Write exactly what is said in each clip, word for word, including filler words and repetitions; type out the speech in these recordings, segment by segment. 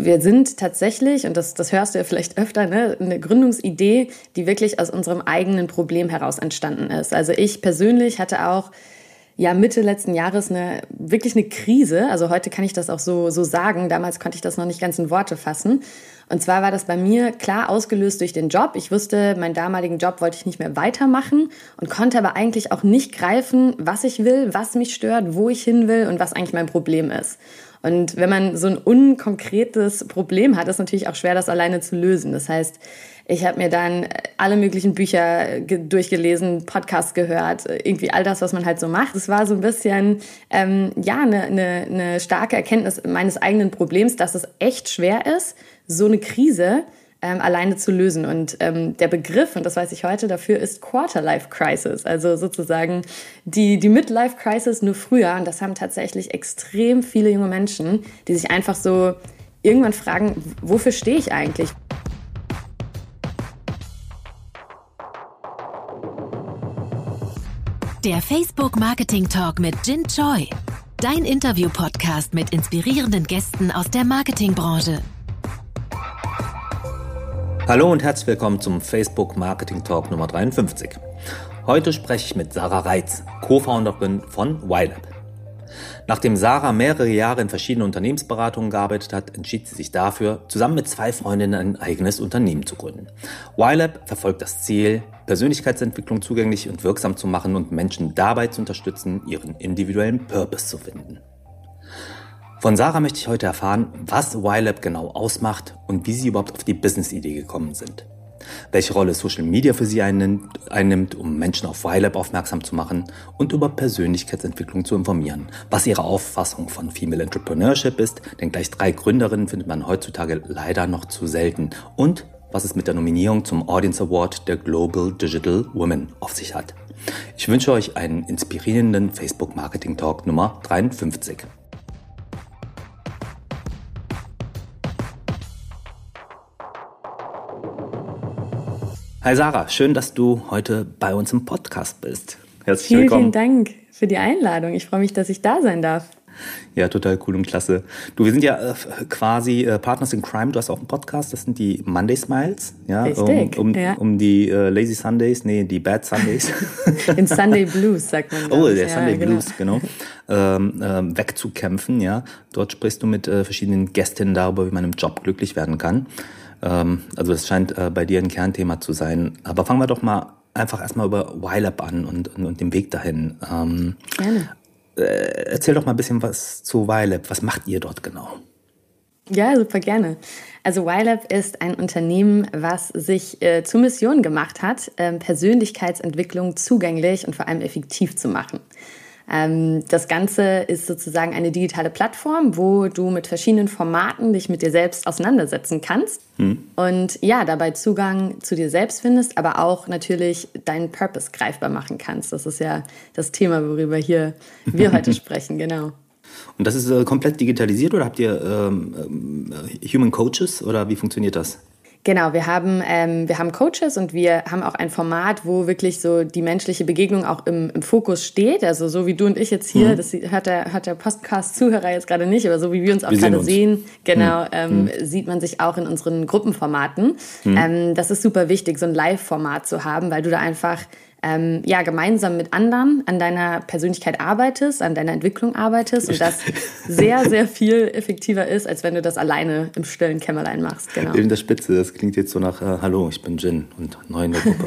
wir sind tatsächlich, und das, das hörst du ja vielleicht öfter, ne, eine Gründungsidee, die wirklich aus unserem eigenen Problem heraus entstanden ist. Also ich persönlich hatte auch ja Mitte letzten Jahres eine wirklich eine Krise. Also heute kann ich das auch so, so sagen. Damals konnte ich das noch nicht ganz in Worte fassen. Und zwar war das bei mir klar ausgelöst durch den Job. Ich wusste, meinen damaligen Job wollte ich nicht mehr weitermachen und konnte aber eigentlich auch nicht greifen, was ich will, was mich stört, wo ich hin will und was eigentlich mein Problem ist. Und wenn man so ein unkonkretes Problem hat, ist es natürlich auch schwer, das alleine zu lösen. Das heißt, ich habe mir dann alle möglichen Bücher ge- durchgelesen, Podcasts gehört, irgendwie all das, was man halt so macht. Es war so ein bisschen, ähm, ja, eine, eine, eine starke Erkenntnis meines eigenen Problems, dass es echt schwer ist, so eine Krise ähm, alleine zu lösen. Und ähm, der Begriff, und das weiß ich heute, dafür ist Quarter-Life-Crisis. Also sozusagen die, die Midlife-Crisis nur früher. Und das haben tatsächlich extrem viele junge Menschen, die sich einfach so irgendwann fragen, wofür stehe ich eigentlich? Der Facebook Marketing Talk mit Jin Choi. Dein Interview-Podcast mit inspirierenden Gästen aus der Marketingbranche. Hallo und herzlich willkommen zum Facebook Marketing Talk Nummer dreiundfünfzig. Heute spreche ich mit Sarah Reitz, Co-Founderin von YLab. Nachdem Sarah mehrere Jahre in verschiedenen Unternehmensberatungen gearbeitet hat, entschied sie sich dafür, zusammen mit zwei Freundinnen ein eigenes Unternehmen zu gründen. YLab verfolgt das Ziel, Persönlichkeitsentwicklung zugänglich und wirksam zu machen und Menschen dabei zu unterstützen, ihren individuellen Purpose zu finden. Von Sarah möchte ich heute erfahren, was YLab genau ausmacht und wie sie überhaupt auf die Business-Idee gekommen sind. Welche Rolle Social Media für sie einnimmt, einnimmt, um Menschen auf YLab aufmerksam zu machen und über Persönlichkeitsentwicklung zu informieren. Was ihre Auffassung von Female Entrepreneurship ist, denn gleich drei Gründerinnen findet man heutzutage leider noch zu selten. Und was es mit der Nominierung zum Audience Award der Global Digital Women auf sich hat. Ich wünsche euch einen inspirierenden Facebook Marketing Talk Nummer dreiundfünfzig. Hi Sarah, schön, dass du heute bei uns im Podcast bist. Herzlich vielen, willkommen. Vielen Dank für die Einladung. Ich freue mich, dass ich da sein darf. Ja, total cool und klasse. Du, wir sind ja äh, quasi äh, Partners in Crime. Du hast auch einen Podcast, das sind die Monday Smiles. Ja, Richtig, um, um, ja. um die äh, Lazy Sundays, nee, die Bad Sundays. Den Sunday Blues, sagt man. Oh, der ja, Sunday genau. Blues, genau. ähm, ähm, wegzukämpfen, ja. Dort sprichst du mit äh, verschiedenen Gästinnen darüber, wie man im Job glücklich werden kann. Ähm, also das scheint äh, bei dir ein Kernthema zu sein. Aber fangen wir doch mal einfach erstmal über YLab an und, und, und den Weg dahin. Ähm, Gerne. Erzähl doch mal ein bisschen was zu YLab. Was macht ihr dort genau? Ja, super gerne. Also YLab ist ein Unternehmen, was sich äh, zur Mission gemacht hat, ähm, Persönlichkeitsentwicklung zugänglich und vor allem effektiv zu machen. Ähm, das Ganze ist sozusagen eine digitale Plattform, wo du mit verschiedenen Formaten dich mit dir selbst auseinandersetzen kannst hm. und ja, dabei Zugang zu dir selbst findest, aber auch natürlich deinen Purpose greifbar machen kannst. Das ist ja das Thema, worüber hier wir heute sprechen, genau. Und das ist äh, komplett digitalisiert oder habt ihr ähm, Human Coaches oder wie funktioniert das? Genau, wir haben, ähm, wir haben Coaches und wir haben auch ein Format, wo wirklich so die menschliche Begegnung auch im, im Fokus steht. Also so wie du und ich jetzt hier, mhm. das hört der, hört der Podcast-Zuhörer jetzt gerade nicht, aber so wie wir uns auch wir gerade sehen, genau, mhm. ähm, mhm. sieht man sich auch in unseren Gruppenformaten. Mhm. Ähm, das ist super wichtig, so ein Live-Format zu haben, weil du da einfach Ähm, ja, gemeinsam mit anderen an deiner Persönlichkeit arbeitest, an deiner Entwicklung arbeitest und das sehr, sehr viel effektiver ist, als wenn du das alleine im stillen Kämmerlein machst. Genau. In der Spitze, das klingt jetzt so nach, äh, hallo, ich bin Jin und neu in der Gruppe.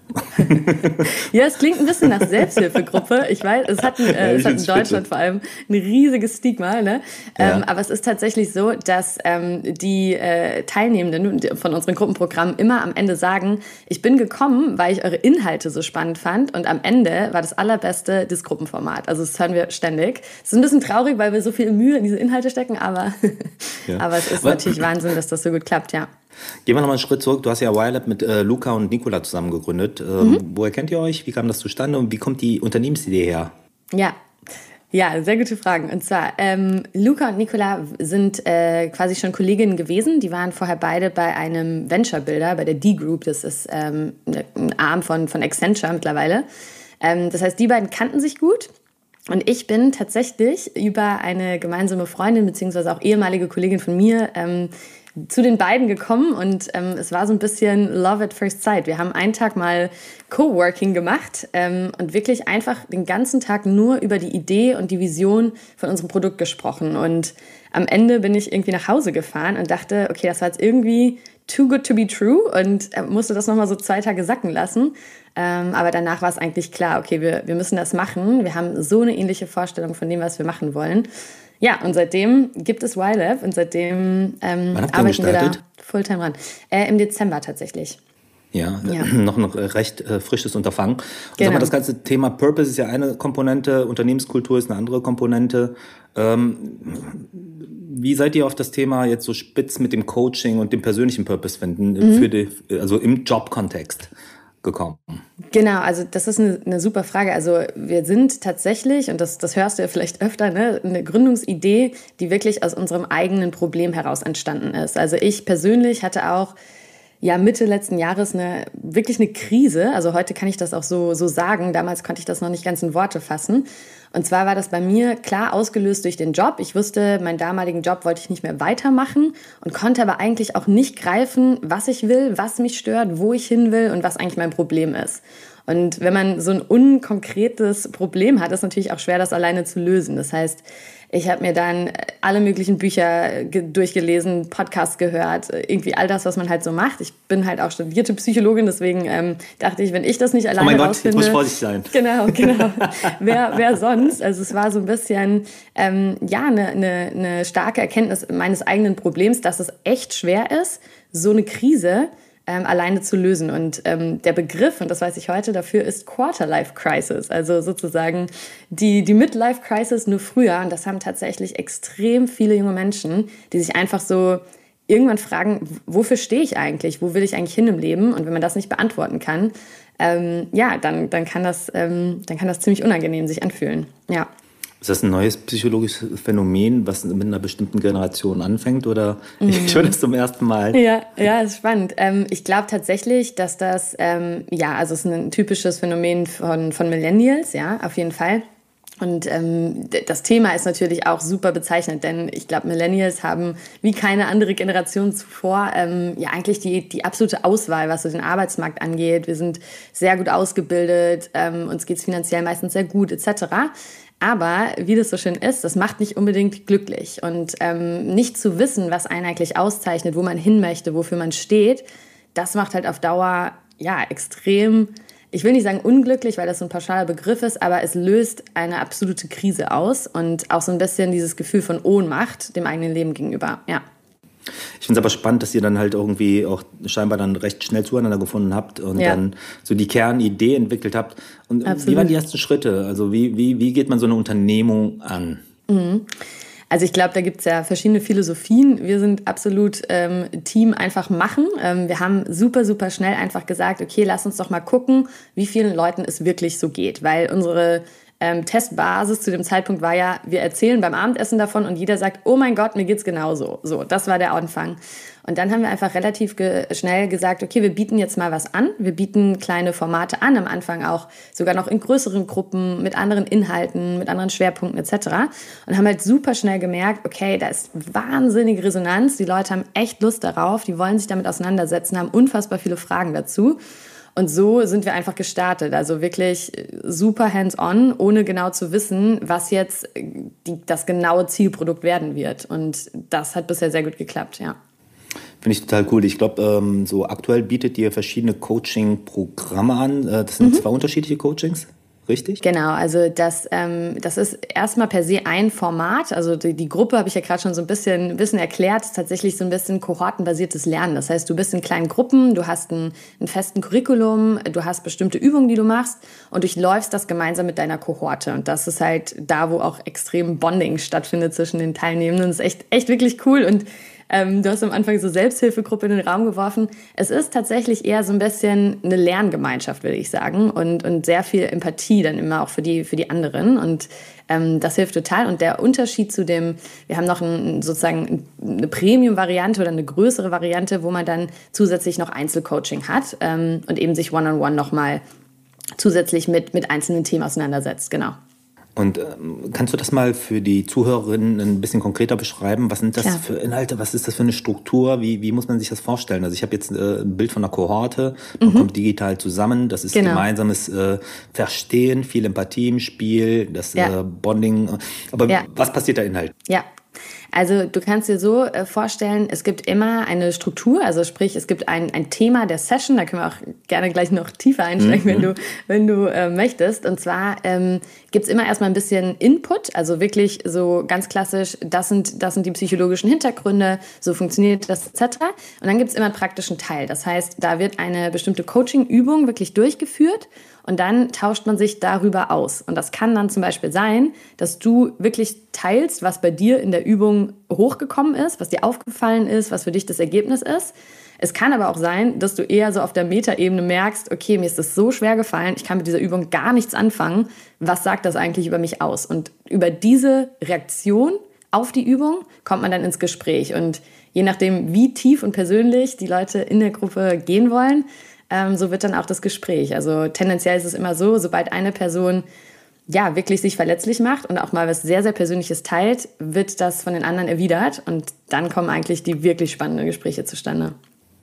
Ja, es klingt ein bisschen nach Selbsthilfegruppe. Ich weiß, es hat, äh, es hat in Deutschland vor allem ein riesiges Stigma, ne? Ja. Ähm, aber es ist tatsächlich so, dass ähm, die äh, Teilnehmenden von unseren Gruppenprogrammen immer am Ende sagen, ich bin gekommen, weil ich eure Inhalte so spannend fand und am Ende war das allerbeste das Gruppenformat. Also das hören wir ständig. Es ist ein bisschen traurig, weil wir so viel Mühe in diese Inhalte stecken, aber, ja. aber es ist aber, natürlich Wahnsinn, dass das so gut klappt, ja. Gehen wir nochmal einen Schritt zurück. Du hast ja YLab mit äh, Luca und Nicola zusammen gegründet. Ähm, mhm. Woher kennt ihr euch? Wie kam das zustande? Und wie kommt die Unternehmensidee her? Ja, ja, sehr gute Fragen. Und zwar, ähm, Luca und Nicola sind äh, quasi schon Kolleginnen gewesen. Die waren vorher beide bei einem Venture-Builder, bei der D-Group. Das ist ähm, ein Arm von, von Accenture mittlerweile. Ähm, das heißt, die beiden kannten sich gut. Und ich bin tatsächlich über eine gemeinsame Freundin beziehungsweise auch ehemalige Kollegin von mir ähm, zu den beiden gekommen und ähm, es war so ein bisschen Love at First Sight. Wir haben einen Tag mal Coworking gemacht ähm, und wirklich einfach den ganzen Tag nur über die Idee und die Vision von unserem Produkt gesprochen. Und am Ende bin ich irgendwie nach Hause gefahren und dachte, okay, das war jetzt irgendwie too good to be true und äh, musste das nochmal so zwei Tage sacken lassen. Ähm, aber danach war es eigentlich klar, okay, wir, wir müssen das machen. Wir haben so eine ähnliche Vorstellung von dem, was wir machen wollen. Ja, und seitdem gibt es YLab und seitdem ähm, arbeiten wir da Fulltime ran. Äh, Im Dezember tatsächlich. Ja, ja. noch ein recht äh, frisches Unterfangen. Und genau. Sag mal, das ganze Thema Purpose ist ja eine Komponente, Unternehmenskultur ist eine andere Komponente. Ähm, wie seid ihr auf das Thema jetzt so spitz mit dem Coaching und dem persönlichen Purpose finden, mhm. für die, also im Jobkontext gekommen? Genau, also das ist eine, eine super Frage. Also wir sind tatsächlich, und das, das hörst du ja vielleicht öfter, ne, eine Gründungsidee, die wirklich aus unserem eigenen Problem heraus entstanden ist. Also ich persönlich hatte auch ja Mitte letzten Jahres eine wirklich eine Krise. Also heute kann ich das auch so, so sagen. Damals konnte ich das noch nicht ganz in Worte fassen. Und zwar war das bei mir klar ausgelöst durch den Job. Ich wusste, meinen damaligen Job wollte ich nicht mehr weitermachen und konnte aber eigentlich auch nicht greifen, was ich will, was mich stört, wo ich hin will und was eigentlich mein Problem ist. Und wenn man so ein unkonkretes Problem hat, ist es natürlich auch schwer, das alleine zu lösen. Das heißt, ich habe mir dann alle möglichen Bücher ge- durchgelesen, Podcasts gehört, irgendwie all das, was man halt so macht. Ich bin halt auch studierte Psychologin, deswegen ähm, dachte ich, wenn ich das nicht alleine rausfinde... Oh mein rausfinde, Gott, jetzt muss ich vorsichtig sein. Genau, genau. wer, wer sonst? Also es war so ein bisschen, ähm, ja, eine, eine, eine starke Erkenntnis meines eigenen Problems, dass es echt schwer ist, so eine Krise Ähm, alleine zu lösen. Und ähm, der Begriff, und das weiß ich heute, dafür ist Quarter-Life-Crisis, also sozusagen die, die Midlife-Crisis nur früher. Und das haben tatsächlich extrem viele junge Menschen, die sich einfach so irgendwann fragen, wofür stehe ich eigentlich? Wo will ich eigentlich hin im Leben? Und wenn man das nicht beantworten kann, ähm, ja, dann, dann, kann das, ähm, dann kann das ziemlich unangenehm sich anfühlen. Ja. Ist das ein neues psychologisches Phänomen, was mit einer bestimmten Generation anfängt? Oder mhm. ich höre das zum ersten Mal? Ja, ja, ist spannend. Ähm, ich glaube tatsächlich, dass das, ähm, ja, also es ist ein typisches Phänomen von, von Millennials, ja, auf jeden Fall. Und ähm, das Thema ist natürlich auch super bezeichnend, denn ich glaube, Millennials haben wie keine andere Generation zuvor ähm, ja eigentlich die, die absolute Auswahl, was so den Arbeitsmarkt angeht. Wir sind sehr gut ausgebildet, ähm, uns geht's finanziell meistens sehr gut, et cetera. Aber wie das so schön ist, das macht nicht unbedingt glücklich. Und ähm, nicht zu wissen, was einen eigentlich auszeichnet, wo man hin möchte, wofür man steht, das macht halt auf Dauer ja extrem, ich will nicht sagen unglücklich, weil das so ein pauschaler Begriff ist, aber es löst eine absolute Krise aus und auch so ein bisschen dieses Gefühl von Ohnmacht dem eigenen Leben gegenüber, ja. Ich finde es aber spannend, dass ihr dann halt irgendwie auch scheinbar dann recht schnell zueinander gefunden habt und ja. dann so die Kernidee entwickelt habt. Und Absolut. Wie waren die ersten Schritte? Also wie, wie, wie geht man so eine Unternehmung an? Mhm. Also ich glaube, da gibt es ja verschiedene Philosophien. Wir sind absolut ähm, Team einfach machen. Ähm, wir haben super, super schnell einfach gesagt, okay, lass uns doch mal gucken, wie vielen Leuten es wirklich so geht. Weil unsere Ähm, Testbasis zu dem Zeitpunkt war ja, wir erzählen beim Abendessen davon und jeder sagt, oh mein Gott, mir geht's genauso. So, das war der Anfang. Und dann haben wir einfach relativ ge- schnell gesagt, okay, wir bieten jetzt mal was an. Wir bieten kleine Formate an, am Anfang auch sogar noch in größeren Gruppen, mit anderen Inhalten, mit anderen Schwerpunkten et cetera. Und haben halt super schnell gemerkt, okay, da ist wahnsinnige Resonanz. Die Leute haben echt Lust darauf, die wollen sich damit auseinandersetzen, haben unfassbar viele Fragen dazu. Und so sind wir einfach gestartet, also wirklich super hands-on, ohne genau zu wissen, was jetzt die, das genaue Zielprodukt werden wird. Und das hat bisher sehr gut geklappt, ja. Finde ich total cool. Ich glaube, ähm, so aktuell bietet ihr verschiedene Coaching-Programme an. Das sind mhm. zwei unterschiedliche Coachings. Richtig? Genau, also das, ähm, das ist erstmal per se ein Format. Also die, die Gruppe habe ich ja gerade schon so ein bisschen, ein bisschen erklärt, ist tatsächlich so ein bisschen kohortenbasiertes Lernen. Das heißt, du bist in kleinen Gruppen, du hast einen, einen festen Curriculum, du hast bestimmte Übungen, die du machst und durchläufst das gemeinsam mit deiner Kohorte. Und das ist halt da, wo auch extrem Bonding stattfindet zwischen den Teilnehmenden. Das ist echt, echt wirklich cool und Ähm, du hast am Anfang so Selbsthilfegruppe in den Raum geworfen. Es ist tatsächlich eher so ein bisschen eine Lerngemeinschaft, würde ich sagen. Und, und sehr viel Empathie dann immer auch für die, für die anderen. Und ähm, das hilft total. Und der Unterschied zu dem, wir haben noch ein, sozusagen eine Premium-Variante oder eine größere Variante, wo man dann zusätzlich noch Einzelcoaching hat ähm, und eben sich one-on-one nochmal zusätzlich mit, mit einzelnen Themen auseinandersetzt. Genau. Und ähm, kannst du das mal für die Zuhörerinnen ein bisschen konkreter beschreiben? Was sind das Klar. für Inhalte? Was ist das für eine Struktur? Wie, wie muss man sich das vorstellen? Also ich habe jetzt äh, ein Bild von einer Kohorte, man mhm. kommt digital zusammen, das ist genau. gemeinsames äh, Verstehen, viel Empathie im Spiel, das ja. äh, Bonding. Aber ja. was passiert da Inhalt? Ja. Also du kannst dir so äh, vorstellen, es gibt immer eine Struktur, also sprich, es gibt ein, ein Thema der Session, da können wir auch gerne gleich noch tiefer einsteigen, mhm. wenn du, wenn du äh, möchtest. Und zwar ähm, gibt es immer erstmal ein bisschen Input, also wirklich so ganz klassisch, das sind, das sind die psychologischen Hintergründe, so funktioniert das et cetera. Und dann gibt es immer einen praktischen Teil, das heißt, da wird eine bestimmte Coaching-Übung wirklich durchgeführt. Und dann tauscht man sich darüber aus. Und das kann dann zum Beispiel sein, dass du wirklich teilst, was bei dir in der Übung hochgekommen ist, was dir aufgefallen ist, was für dich das Ergebnis ist. Es kann aber auch sein, dass du eher so auf der Metaebene merkst, okay, mir ist das so schwer gefallen, ich kann mit dieser Übung gar nichts anfangen. Was sagt das eigentlich über mich aus? Und über diese Reaktion auf die Übung kommt man dann ins Gespräch. Und je nachdem, wie tief und persönlich die Leute in der Gruppe gehen wollen, Ähm, so wird dann auch das Gespräch. Also tendenziell ist es immer so, sobald eine Person ja wirklich sich verletzlich macht und auch mal was sehr, sehr Persönliches teilt, wird das von den anderen erwidert und dann kommen eigentlich die wirklich spannenden Gespräche zustande.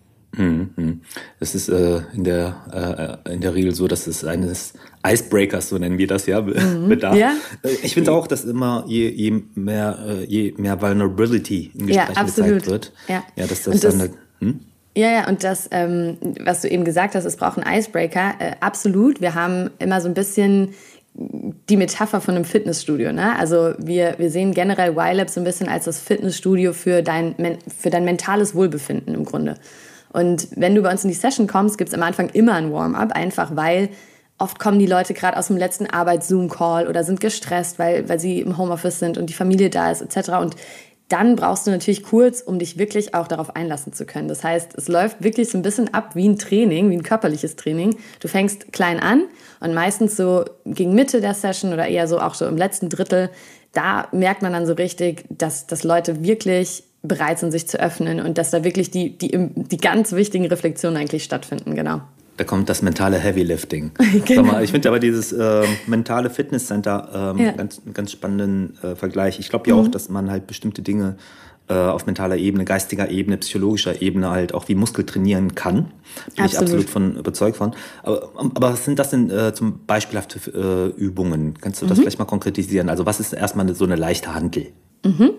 Mhm. Es ist äh, in der äh, in der Regel so, dass es eines Icebreakers, so nennen wir das ja, mhm. bedarf. Ja. Ich finde auch, dass immer je, je mehr äh, je mehr Vulnerability in Gesprächen ja, gezeigt wird, ja, ja dass das, das dann halt, hm? Ja, ja, und das, ähm, was du eben gesagt hast, es braucht einen Icebreaker, äh, absolut. Wir haben immer so ein bisschen die Metapher von einem Fitnessstudio, ne? Also wir, wir sehen generell Y-Lab so ein bisschen als das Fitnessstudio für dein, für dein mentales Wohlbefinden im Grunde. Und wenn du bei uns in die Session kommst, gibt es am Anfang immer ein Warm-up, einfach weil oft kommen die Leute gerade aus dem letzten Arbeits-Zoom-Call oder sind gestresst, weil, weil sie im Homeoffice sind und die Familie da ist et cetera. Und dann brauchst du natürlich kurz, um dich wirklich auch darauf einlassen zu können. Das heißt, es läuft wirklich so ein bisschen ab wie ein Training, wie ein körperliches Training. Du fängst klein an und meistens so gegen Mitte der Session oder eher so auch so im letzten Drittel, da merkt man dann so richtig, dass, dass Leute wirklich bereit sind, sich zu öffnen und dass da wirklich die, die, die ganz wichtigen Reflexionen eigentlich stattfinden, genau. Da kommt das mentale Heavy Lifting. Genau. Mal, ich finde aber dieses äh, mentale Fitnesscenter ähm, ja. ganz, ganz spannenden äh, Vergleich. Ich glaube ja mhm. auch, dass man halt bestimmte Dinge äh, auf mentaler Ebene, geistiger Ebene, psychologischer Ebene halt auch wie Muskel trainieren kann. Bin absolut. ich absolut von überzeugt von. Aber, aber was sind das denn äh, zum beispielhafte äh, Übungen? Kannst du das mhm. vielleicht mal konkretisieren? Also was ist erstmal so eine leichte Hantel? Mhm.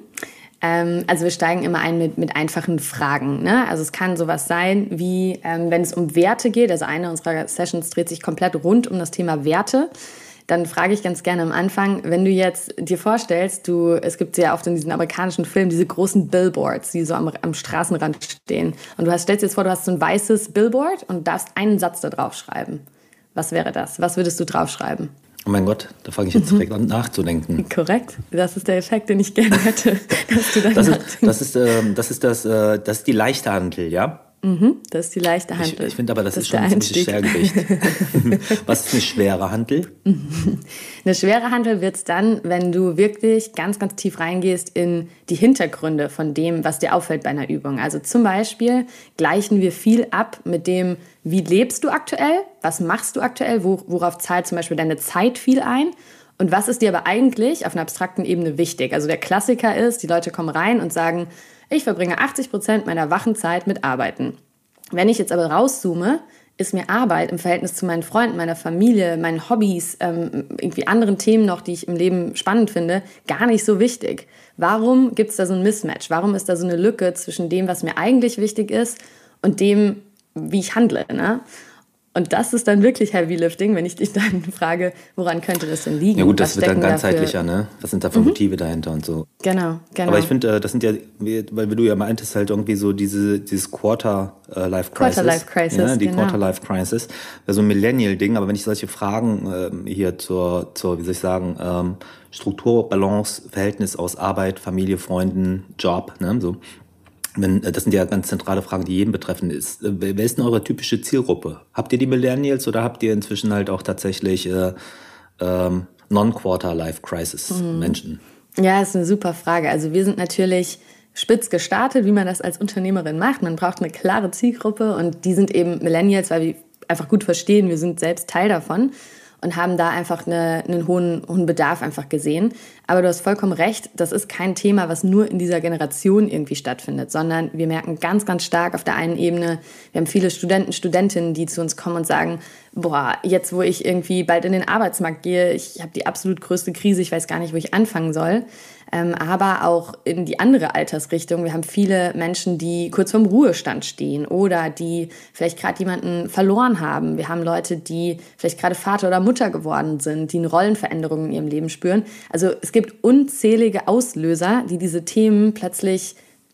Also wir steigen immer ein mit, mit einfachen Fragen, ne? Also es kann sowas sein wie, ähm, wenn es um Werte geht, also eine unserer Sessions dreht sich komplett rund um das Thema Werte, dann frage ich ganz gerne am Anfang, wenn du jetzt dir vorstellst, du, es gibt ja oft in diesen amerikanischen Filmen diese großen Billboards, die so am, am Straßenrand stehen und du hast, stellst dir jetzt vor, du hast so ein weißes Billboard und darfst einen Satz da drauf schreiben. Was wäre das? Was würdest du draufschreiben? Oh mein Gott, da fange ich jetzt direkt an nachzudenken. Korrekt, das ist der Effekt, den ich gerne hätte, dass du dann das ist, das ist, ähm, das ist das, äh, das ist die leichte Hantel, ja? Mhm, das ist die leichte Hantel. Ich, ich finde aber, das, das ist schon ein ziemliches Schwergewicht. Was ist eine schwere Hantel? Eine schwere Hantel wird es dann, wenn du wirklich ganz, ganz tief reingehst in die Hintergründe von dem, was dir auffällt bei einer Übung. Also zum Beispiel gleichen wir viel ab mit dem, wie lebst du aktuell, was machst du aktuell, worauf zahlt zum Beispiel deine Zeit viel ein und was ist dir aber eigentlich auf einer abstrakten Ebene wichtig. Also der Klassiker ist, die Leute kommen rein und sagen, ich verbringe achtzig Prozent meiner wachen Zeit mit Arbeiten. Wenn ich jetzt aber rauszoome, ist mir Arbeit im Verhältnis zu meinen Freunden, meiner Familie, meinen Hobbys, ähm, irgendwie anderen Themen noch, die ich im Leben spannend finde, gar nicht so wichtig. Warum gibt es da so ein Mismatch? Warum ist da so eine Lücke zwischen dem, was mir eigentlich wichtig ist und dem, wie ich handle, ne? Und das ist dann wirklich Heavy Lifting, wenn ich dich dann frage, woran könnte das denn liegen? Ja gut, das wird dann ganzheitlicher, ne? Was sind da für mhm. Motive dahinter und so? Genau, genau. Aber ich finde, das sind ja, weil du ja meintest, halt irgendwie so diese, dieses Quarter-Life-Crisis. Quarter-Life-Crisis, ja, die genau. Quarter-Life-Crisis. Ja, so ein Millennial-Ding, aber wenn ich solche Fragen ähm, hier zur, zur, wie soll ich sagen, ähm, Struktur, Balance, Verhältnis aus Arbeit, Familie, Freunden, Job, ne, so. Wenn, das sind ja ganz zentrale Fragen, die jeden betreffen. Ist, wer ist denn eure typische Zielgruppe? Habt ihr die Millennials oder habt ihr inzwischen halt auch tatsächlich äh, ähm, Non-Quarter-Life-Crisis-Menschen? Mhm. Ja, das ist eine super Frage. Also wir sind natürlich spitz gestartet, wie man das als Unternehmerin macht. Man braucht eine klare Zielgruppe und die sind eben Millennials, weil wir einfach gut verstehen, wir sind selbst Teil davon. und haben da einfach eine, einen hohen, hohen Bedarf einfach gesehen. Aber du hast vollkommen recht, das ist kein Thema, was nur in dieser Generation irgendwie stattfindet, sondern wir merken ganz, ganz stark auf der einen Ebene, wir haben viele Studenten, Studentinnen, die zu uns kommen und sagen, boah, jetzt wo ich irgendwie bald in den Arbeitsmarkt gehe, ich habe die absolut größte Krise, ich weiß gar nicht, wo ich anfangen soll. Ähm, aber auch in die andere Altersrichtung. Wir haben viele Menschen, die kurz vorm Ruhestand stehen oder die vielleicht gerade jemanden verloren haben. Wir haben Leute, die vielleicht gerade Vater oder Mutter geworden sind, die eine Rollenveränderung in ihrem Leben spüren. Also es gibt unzählige Auslöser, die diese Themen plötzlich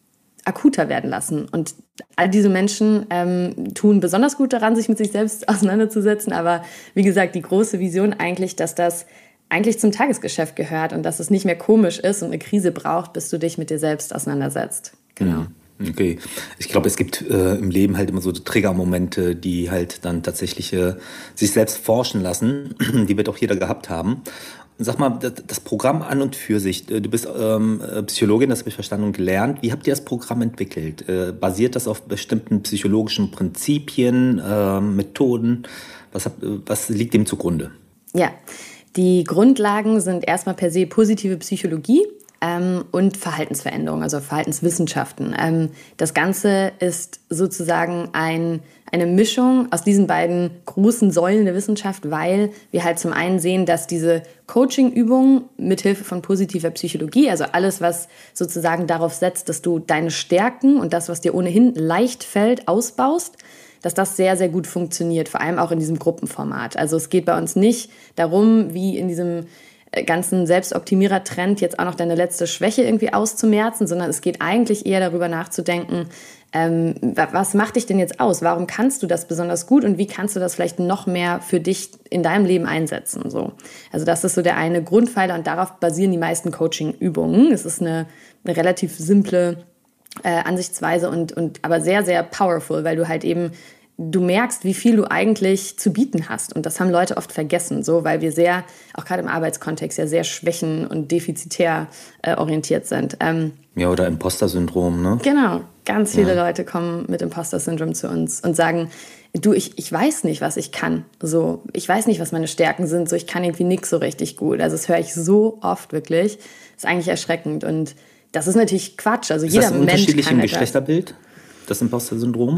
akuter werden lassen. Und all diese Menschen ähm, tun besonders gut daran, sich mit sich selbst auseinanderzusetzen. Aber wie gesagt, die große Vision eigentlich, dass das eigentlich zum Tagesgeschäft gehört und dass es nicht mehr komisch ist und eine Krise braucht, bis du dich mit dir selbst auseinandersetzt. Genau. Okay. Ich glaube, es gibt äh, im Leben halt immer so Triggermomente, die halt dann tatsächlich äh, sich selbst forschen lassen. Die wird auch jeder gehabt haben. Sag mal, das, das Programm an und für sich, du bist ähm, Psychologin, das habe ich verstanden und gelernt. Wie habt ihr das Programm entwickelt? Äh, basiert das auf bestimmten psychologischen Prinzipien, äh, Methoden? Was, hab, was liegt dem zugrunde? Ja, die Grundlagen sind erstmal per se positive Psychologie ähm, und Verhaltensveränderung, also Verhaltenswissenschaften. Ähm, das Ganze ist sozusagen ein, eine Mischung aus diesen beiden großen Säulen der Wissenschaft, weil wir halt zum einen sehen, dass diese Coaching-Übungen mithilfe von positiver Psychologie, also alles, was sozusagen darauf setzt, dass du deine Stärken und das, was dir ohnehin leicht fällt, ausbaust, dass das sehr, sehr gut funktioniert, vor allem auch in diesem Gruppenformat. Also es geht bei uns nicht darum, wie in diesem ganzen Selbstoptimierer-Trend jetzt auch noch deine letzte Schwäche irgendwie auszumerzen, sondern es geht eigentlich eher darüber nachzudenken, ähm, was macht dich denn jetzt aus? Warum kannst du das besonders gut und wie kannst du das vielleicht noch mehr für dich in deinem Leben einsetzen? So. Also das ist so der eine Grundpfeiler und darauf basieren die meisten Coaching-Übungen. Es ist eine, eine relativ simple Äh, Ansichtsweise und, und aber sehr, sehr powerful, weil du halt eben, du merkst, wie viel du eigentlich zu bieten hast. Und das haben Leute oft vergessen, so, weil wir sehr, auch gerade im Arbeitskontext, ja sehr schwächen- und defizitär äh, orientiert sind. Ähm, ja, oder Imposter-Syndrom, ne? Genau, ganz viele ja. Leute kommen mit Imposter-Syndrom zu uns und sagen, du, ich, ich weiß nicht, was ich kann. So, ich weiß nicht, was meine Stärken sind. So, ich kann irgendwie nichts so richtig gut. Also das höre ich so oft wirklich. Das ist eigentlich erschreckend und das ist natürlich Quatsch. Also ist jeder das ein Mensch unterschiedlich kann im etwas. Geschlechterbild, das Imposter-Syndrom?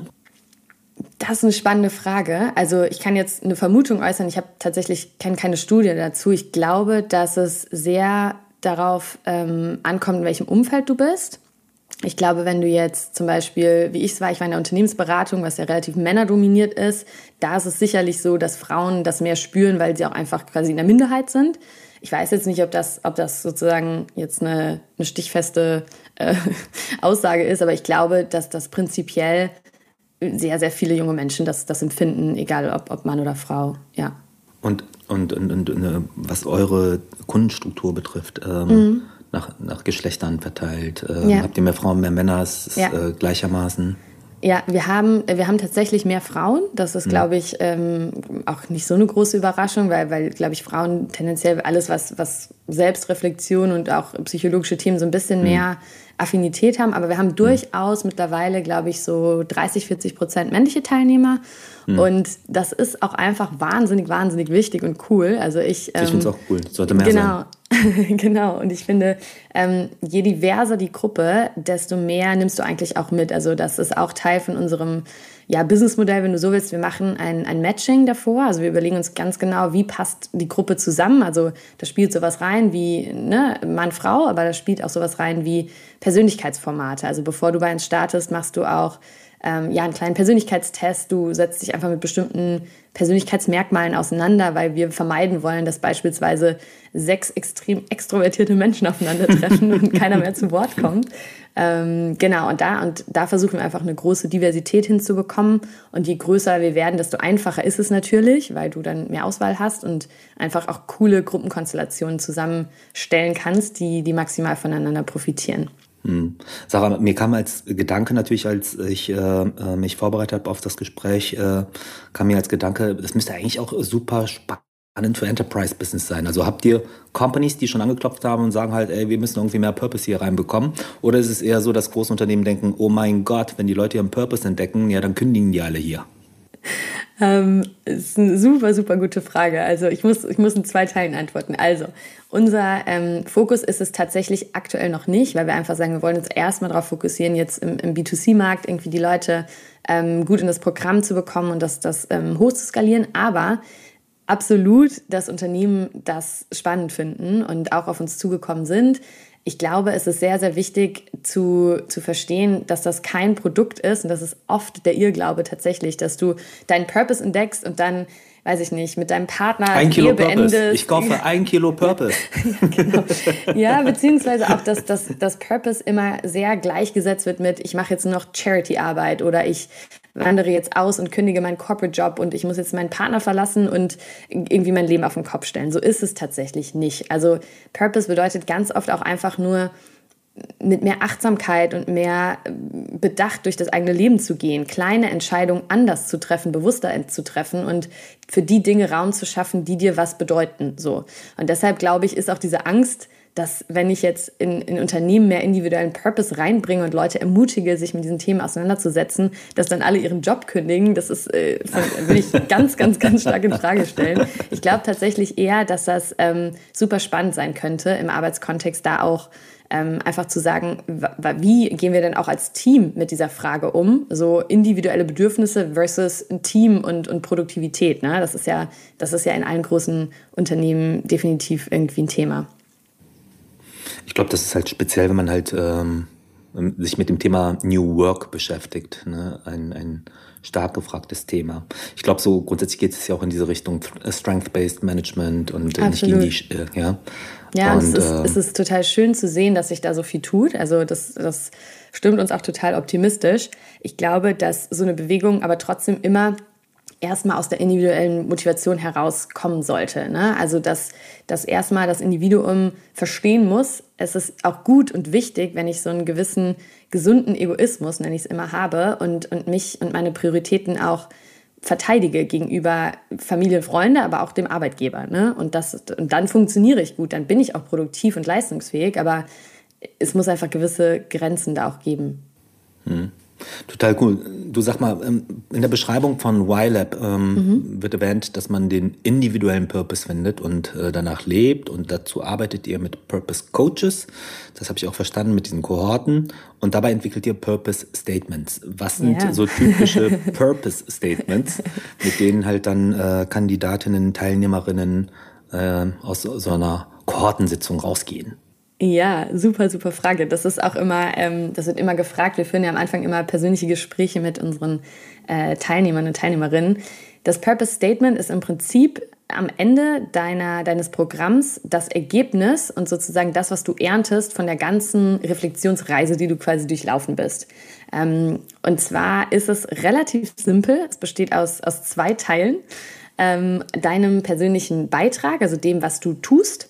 Das ist eine spannende Frage. Also ich kann jetzt eine Vermutung äußern. Ich habe tatsächlich kenne keine Studie dazu. Ich glaube, dass es sehr darauf ähm, ankommt, in welchem Umfeld du bist. Ich glaube, wenn du jetzt zum Beispiel, wie ich es war, ich war in der Unternehmensberatung, was ja relativ männerdominiert ist, da ist es sicherlich so, dass Frauen das mehr spüren, weil sie auch einfach quasi in der Minderheit sind. Ich weiß jetzt nicht, ob das, ob das sozusagen jetzt eine, eine stichfeste äh, Aussage ist, aber ich glaube, dass das prinzipiell sehr, sehr viele junge Menschen das, das empfinden, egal ob, ob Mann oder Frau, ja. Und, und, und, und, und was eure Kundenstruktur betrifft, ähm, mhm. nach, nach Geschlechtern verteilt, ähm, ja. habt ihr mehr Frauen, mehr Männer, ist es ja. äh, gleichermaßen? Ja, wir haben, wir haben tatsächlich mehr Frauen. Das ist, glaube ich, ähm, auch nicht so eine große Überraschung, weil, weil glaube ich, Frauen tendenziell alles, was, was Selbstreflexion und auch psychologische Themen so ein bisschen mehr Affinität haben. Aber wir haben durchaus mittlerweile, glaube ich, so dreißig, vierzig Prozent männliche Teilnehmer. Mhm. Und das ist auch einfach wahnsinnig, wahnsinnig wichtig und cool. Also ich, ähm, ich finde es auch cool. Sollte mehr genau. sein. Genau, und ich finde, ähm, je diverser die Gruppe, desto mehr nimmst du eigentlich auch mit. Also das ist auch Teil von unserem ja, Businessmodell, wenn du so willst. Wir machen ein, ein Matching davor, also wir überlegen uns ganz genau, wie passt die Gruppe zusammen. Also da spielt sowas rein wie ne, Mann, Frau, aber da spielt auch sowas rein wie Persönlichkeitsformate. Also bevor du bei uns startest, machst du auch ähm, ja, einen kleinen Persönlichkeitstest. Du setzt dich einfach mit bestimmten Persönlichkeitsmerkmalen auseinander, weil wir vermeiden wollen, dass beispielsweise sechs extrem extrovertierte Menschen aufeinandertreffen und keiner mehr zu Wort kommt. Ähm, genau, und da, und da versuchen wir einfach eine große Diversität hinzubekommen. Und je größer wir werden, desto einfacher ist es natürlich, weil du dann mehr Auswahl hast und einfach auch coole Gruppenkonstellationen zusammenstellen kannst, die, die maximal voneinander profitieren. Hm. Sarah, mir kam als Gedanke natürlich, als ich äh, mich vorbereitet habe auf das Gespräch, äh, kam mir als Gedanke, das müsste eigentlich auch super spannend für Enterprise-Business sein. Also habt ihr Companies, die schon angeklopft haben und sagen halt, ey, wir müssen irgendwie mehr Purpose hier reinbekommen? Oder ist es eher so, dass große Unternehmen denken, oh mein Gott, wenn die Leute ihren Purpose entdecken, ja, dann kündigen die alle hier? Ähm, ist eine super, super gute Frage. Also ich muss, ich muss in zwei Teilen antworten. Also unser ähm, Fokus ist es tatsächlich aktuell noch nicht, weil wir einfach sagen, wir wollen uns erstmal darauf fokussieren, jetzt im, im B zwei C-Markt irgendwie die Leute ähm, gut in das Programm zu bekommen und das, das ähm, hoch zu skalieren. Aber absolut, dass Unternehmen das spannend finden und auch auf uns zugekommen sind. Ich glaube, es ist sehr, sehr wichtig zu, zu verstehen, dass das kein Produkt ist. Und das ist oft der Irrglaube tatsächlich, dass du deinen Purpose entdeckst und dann, weiß ich nicht, mit deinem Partner ein Kilo beendest. Purpose. Ich kaufe ein Kilo Purpose. Ja, genau. Ja, beziehungsweise auch, dass, dass, dass Purpose immer sehr gleichgesetzt wird mit, ich mache jetzt nur noch Charity-Arbeit oder ich wandere jetzt aus und kündige meinen Corporate-Job und ich muss jetzt meinen Partner verlassen und irgendwie mein Leben auf den Kopf stellen. So ist es tatsächlich nicht. Also Purpose bedeutet ganz oft auch einfach nur, mit mehr Achtsamkeit und mehr Bedacht durch das eigene Leben zu gehen, kleine Entscheidungen anders zu treffen, bewusster zu treffen und für die Dinge Raum zu schaffen, die dir was bedeuten. So. Und deshalb, glaube ich, ist auch diese Angst, dass wenn ich jetzt in, in Unternehmen mehr individuellen Purpose reinbringe und Leute ermutige, sich mit diesen Themen auseinanderzusetzen, dass dann alle ihren Job kündigen, das ist, äh, von, will ich ganz, ganz, ganz stark in Frage stellen. Ich glaube tatsächlich eher, dass das ähm, super spannend sein könnte, im Arbeitskontext da auch ähm, einfach zu sagen, wie gehen wir denn auch als Team mit dieser Frage um? So individuelle Bedürfnisse versus Team und, und Produktivität. Ne? Das ist ja, das ist ja in allen großen Unternehmen definitiv irgendwie ein Thema. Ich glaube, das ist halt speziell, wenn man halt ähm, sich mit dem Thema New Work beschäftigt, ne? ein, ein stark gefragtes Thema. Ich glaube, so grundsätzlich geht es ja auch in diese Richtung Strength-Based Management und äh, nicht gegen die, äh, ja. Ja, und, und es, ist, äh, es ist total schön zu sehen, dass sich da so viel tut. Also das, das stimmt uns auch total optimistisch. Ich glaube, dass so eine Bewegung aber trotzdem immer erstmal aus der individuellen Motivation herauskommen sollte. Ne? Also dass, dass erstmal das Individuum verstehen muss, es ist auch gut und wichtig, wenn ich so einen gewissen gesunden Egoismus, nenne ich es immer, habe und, und mich und meine Prioritäten auch verteidige gegenüber Familie, Freunde, aber auch dem Arbeitgeber. Ne? Und, das, und dann funktioniere ich gut, dann bin ich auch produktiv und leistungsfähig, aber es muss einfach gewisse Grenzen da auch geben. Hm. Total cool. Du sag mal, in der Beschreibung von Y-Lab ähm, mhm. wird erwähnt, dass man den individuellen Purpose findet und äh, danach lebt und dazu arbeitet ihr mit Purpose Coaches. Das habe ich auch verstanden mit diesen Kohorten und dabei entwickelt ihr Purpose Statements. Was sind yeah. so typische Purpose Statements, mit denen halt dann äh, Kandidatinnen, Teilnehmerinnen äh, aus so einer Kohortensitzung rausgehen? Ja, super, super Frage. Das ist auch immer, ähm, das wird immer gefragt. Wir führen ja am Anfang immer persönliche Gespräche mit unseren äh, Teilnehmern und Teilnehmerinnen. Das Purpose Statement ist im Prinzip am Ende deiner, deines Programms das Ergebnis und sozusagen das, was du erntest von der ganzen Reflexionsreise, die du quasi durchlaufen bist. Ähm, und zwar ist es relativ simpel. Es besteht aus, aus zwei Teilen. Ähm, deinem persönlichen Beitrag, also dem, was du tust,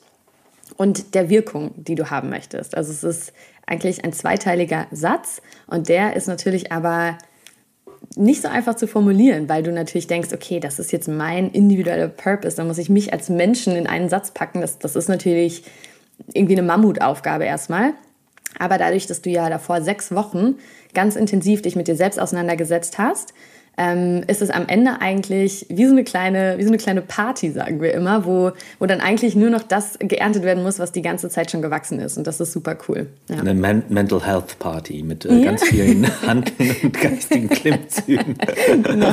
und der Wirkung, die du haben möchtest. Also es ist eigentlich ein zweiteiliger Satz und der ist natürlich aber nicht so einfach zu formulieren, weil du natürlich denkst, okay, das ist jetzt mein individueller Purpose, da muss ich mich als Menschen in einen Satz packen. Das, das ist natürlich irgendwie eine Mammutaufgabe erstmal. Aber dadurch, dass du ja davor sechs Wochen ganz intensiv dich mit dir selbst auseinandergesetzt hast, Ähm, ist es am Ende eigentlich wie so eine kleine, wie so eine kleine Party, sagen wir immer, wo, wo dann eigentlich nur noch das geerntet werden muss, was die ganze Zeit schon gewachsen ist. Und das ist super cool. Ja. Eine Men- Mental Health Party mit äh, ja. ganz vielen Handlungen und geistigen Klimmzügen. Genau.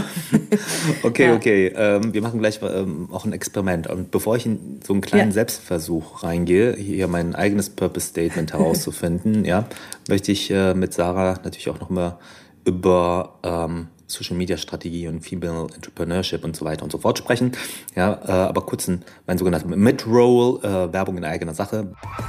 Okay, ja. okay. Ähm, wir machen gleich ähm, auch ein Experiment. Und bevor ich in so einen kleinen ja. Selbstversuch reingehe, hier mein eigenes Purpose Statement herauszufinden, ja, möchte ich äh, mit Sarah natürlich auch noch mal über ähm, Social Media Strategie und Female Entrepreneurship und so weiter und so fort sprechen. Ja, äh, aber kurz ein, mein sogenannter Mid-Roll, äh, Werbung in eigener Sache.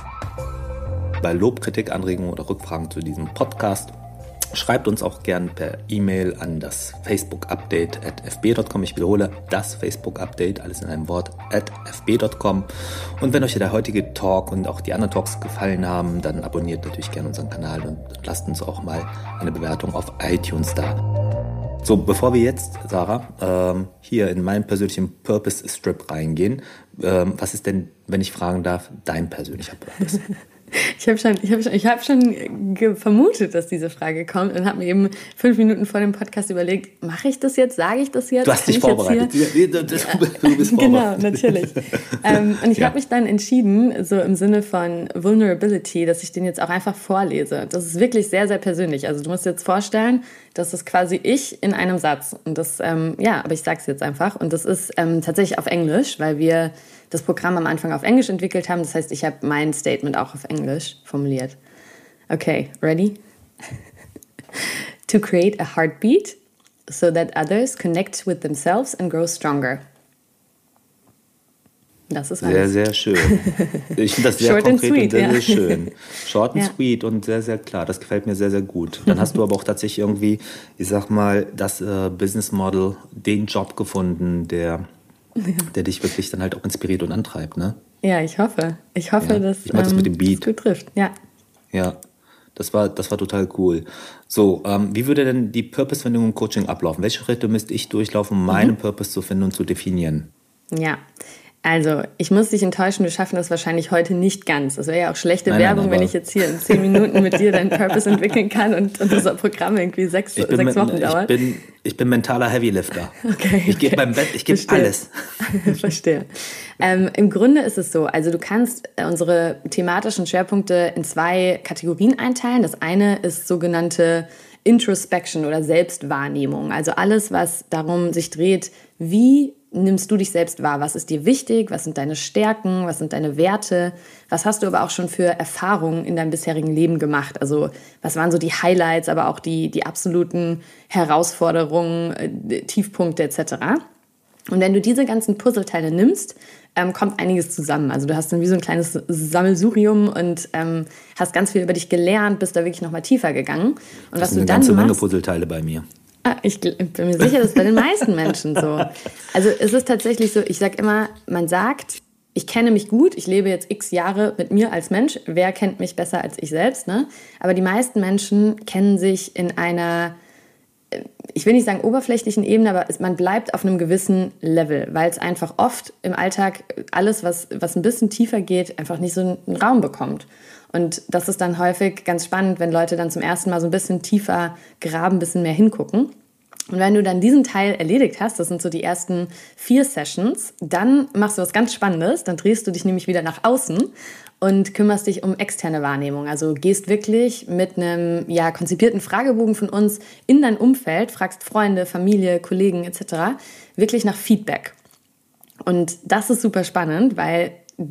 Bei Lob, Kritik, Anregungen oder Rückfragen zu diesem Podcast schreibt uns auch gern per E-Mail an das Facebook-Update at f b punkt com. Ich wiederhole, das Facebook-Update, alles in einem Wort, at f b punkt com. Und wenn euch der heutige Talk und auch die anderen Talks gefallen haben, dann abonniert natürlich gerne unseren Kanal und lasst uns auch mal eine Bewertung auf iTunes da. So, bevor wir jetzt, Sarah, ähm, hier in meinen persönlichen Purpose-Strip reingehen, ähm, was ist denn, wenn ich fragen darf, dein persönlicher Purpose? Ich habe schon, ich hab schon, ich hab schon ge- vermutet, dass diese Frage kommt und habe mir eben fünf Minuten vor dem Podcast überlegt, mache ich das jetzt, sage ich das jetzt? Du hast dich vorbereitet. Ja, du bist vorbereitet. Genau, natürlich. ähm, und ich Ja. habe mich dann entschieden, so im Sinne von Vulnerability, dass ich den jetzt auch einfach vorlese. Das ist wirklich sehr, sehr persönlich. Also du musst dir jetzt vorstellen, das ist quasi ich in einem Satz. Und das, ähm, ja, aber ich sage es jetzt einfach. Und das ist ähm, tatsächlich auf Englisch, weil wir das Programm am Anfang auf Englisch entwickelt haben. Das heißt, ich habe mein Statement auch auf Englisch formuliert. Okay, ready? To create a heartbeat so that others connect with themselves and grow stronger. Das ist Sehr, alles. sehr schön. Ich finde das sehr Short and konkret sweet, und sehr, ja. sehr schön. Short and Ja. sweet und sehr, sehr klar. Das gefällt mir sehr, sehr gut. Dann hast du aber auch tatsächlich irgendwie, ich sag mal, das äh, Business Model, den Job gefunden, der, der dich wirklich dann halt auch inspiriert und antreibt, ne? Ja, ich hoffe. Ich hoffe, Ja. dass Ich mag das mit dem Beat. es gut trifft. Ja. Ja, das war, das war total cool. So, ähm, wie würde denn die Purpose-Findung im Coaching ablaufen? Welche Schritte müsste ich durchlaufen, um meinen Purpose zu finden und zu definieren? Ja. Also, ich muss dich enttäuschen, wir schaffen das wahrscheinlich heute nicht ganz. Das wäre ja auch schlechte Nein, nein, Werbung, wenn aber- ich jetzt hier in zehn Minuten mit dir deinen Purpose entwickeln kann und, und unser Programm irgendwie sechs, Ich bin, sechs Wochen ich dauert. bin, ich bin mentaler Heavylifter. Okay, Ich gebe okay. beim Bett, ich gebe Verstehe. alles. Verstehe. Ähm, Im Grunde ist es so, also du kannst äh, unsere thematischen Schwerpunkte in zwei Kategorien einteilen. Das eine ist sogenannte Introspection oder Selbstwahrnehmung. Also alles, was darum sich dreht, wie nimmst du dich selbst wahr? Was ist dir wichtig? Was sind deine Stärken? Was sind deine Werte? Was hast du aber auch schon für Erfahrungen in deinem bisherigen Leben gemacht? Also was waren so die Highlights, aber auch die, die absoluten Herausforderungen, äh, Tiefpunkte et cetera. Und wenn du diese ganzen Puzzleteile nimmst, ähm, kommt einiges zusammen. Also du hast dann wie so ein kleines Sammelsurium und ähm, hast ganz viel über dich gelernt, bist da wirklich nochmal tiefer gegangen. Und Das was sind du eine dann ganze Menge machst, Puzzleteile bei mir. Ah, ich gl- bin mir sicher, das ist bei den meisten Menschen so. Also es ist tatsächlich so, ich sage immer, man sagt, ich kenne mich gut, ich lebe jetzt x Jahre mit mir als Mensch. Wer kennt mich besser als ich selbst? Ne? Aber die meisten Menschen kennen sich in einer, ich will nicht sagen oberflächlichen Ebene, aber es, man bleibt auf einem gewissen Level, weil es einfach oft im Alltag alles, was, was ein bisschen tiefer geht, einfach nicht so einen Raum bekommt. Und das ist dann häufig ganz spannend, wenn Leute dann zum ersten Mal so ein bisschen tiefer graben, ein bisschen mehr hingucken. Und wenn du dann diesen Teil erledigt hast, das sind so die ersten vier Sessions, dann machst du was ganz Spannendes, dann drehst du dich nämlich wieder nach außen und kümmerst dich um externe Wahrnehmung. Also gehst wirklich mit einem ja, konzipierten Fragebogen von uns in dein Umfeld, fragst Freunde, Familie, Kollegen et cetera wirklich nach Feedback. Und das ist super spannend, weil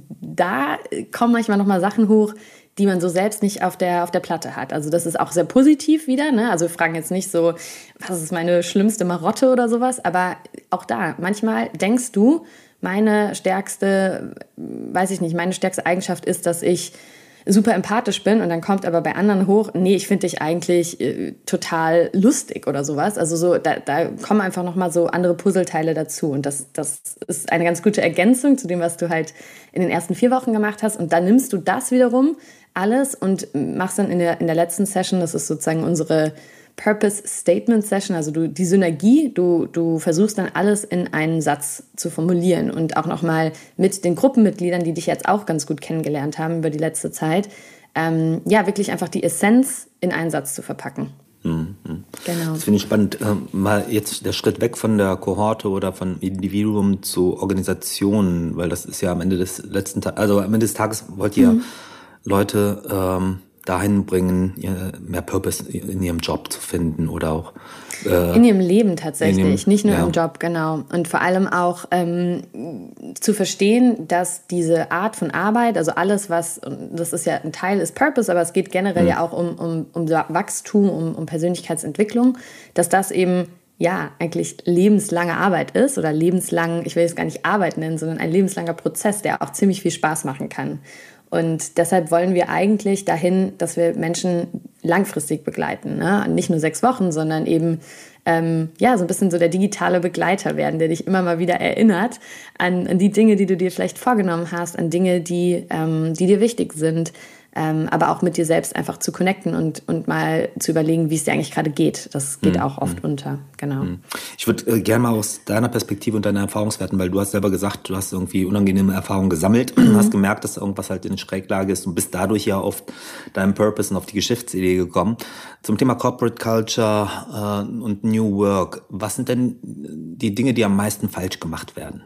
da kommen manchmal nochmal Sachen hoch, die man so selbst nicht auf der, auf der Platte hat. Also das ist auch sehr positiv wieder, ne? Also wir fragen jetzt nicht so, was ist meine schlimmste Marotte oder sowas, aber auch da, manchmal denkst du, meine stärkste, weiß ich nicht, meine stärkste Eigenschaft ist, dass ich super empathisch bin und dann kommt aber bei anderen hoch, nee, ich finde dich eigentlich äh, total lustig oder sowas. Also so, da, da kommen einfach nochmal so andere Puzzleteile dazu und das, das ist eine ganz gute Ergänzung zu dem, was du halt in den ersten vier Wochen gemacht hast und dann nimmst du das wiederum alles und machst dann in der, in der letzten Session, das ist sozusagen unsere Purpose Statement Session, also du, die Synergie, du, du versuchst dann alles in einen Satz zu formulieren und auch nochmal mit den Gruppenmitgliedern, die dich jetzt auch ganz gut kennengelernt haben über die letzte Zeit, ähm, ja, wirklich einfach die Essenz in einen Satz zu verpacken. Mhm. Genau. Das finde ich spannend. Ähm, mal jetzt der Schritt weg von der Kohorte oder von Individuum zu Organisationen, weil das ist ja am Ende des letzten Tages, also am Ende des Tages wollt ihr mhm. Leute ähm, dahin bringen, mehr Purpose in ihrem Job zu finden oder auch äh, in ihrem Leben tatsächlich, ihrem, nicht nur ja. im Job, genau. Und vor allem auch ähm, zu verstehen, dass diese Art von Arbeit, also alles, was, das ist ja ein Teil ist Purpose, aber es geht generell mhm. ja auch um, um, um Wachstum, um, um Persönlichkeitsentwicklung, dass das eben ja eigentlich lebenslange Arbeit ist oder lebenslang, ich will jetzt gar nicht Arbeit nennen, sondern ein lebenslanger Prozess, der auch ziemlich viel Spaß machen kann. Und deshalb wollen wir eigentlich dahin, dass wir Menschen langfristig begleiten. Ne? Nicht nur sechs Wochen, sondern eben ähm, ja, so ein bisschen so der digitale Begleiter werden, der dich immer mal wieder erinnert an, an die Dinge, die du dir vielleicht vorgenommen hast, an Dinge, die, ähm, die dir wichtig sind. ähm, aber auch mit dir selbst einfach zu connecten und, und mal zu überlegen, wie es dir eigentlich gerade geht. Das geht mhm. auch oft mhm. unter, genau. Ich würde äh, gerne mal aus deiner Perspektive und deiner Erfahrungswerten, weil du hast selber gesagt, du hast irgendwie unangenehme Erfahrungen gesammelt, mhm. hast gemerkt, dass irgendwas halt in Schräglage ist und bist dadurch ja auf deinen Purpose und auf die Geschäftsidee gekommen. Zum Thema Corporate Culture äh, und New Work, was sind denn die Dinge, die am meisten falsch gemacht werden?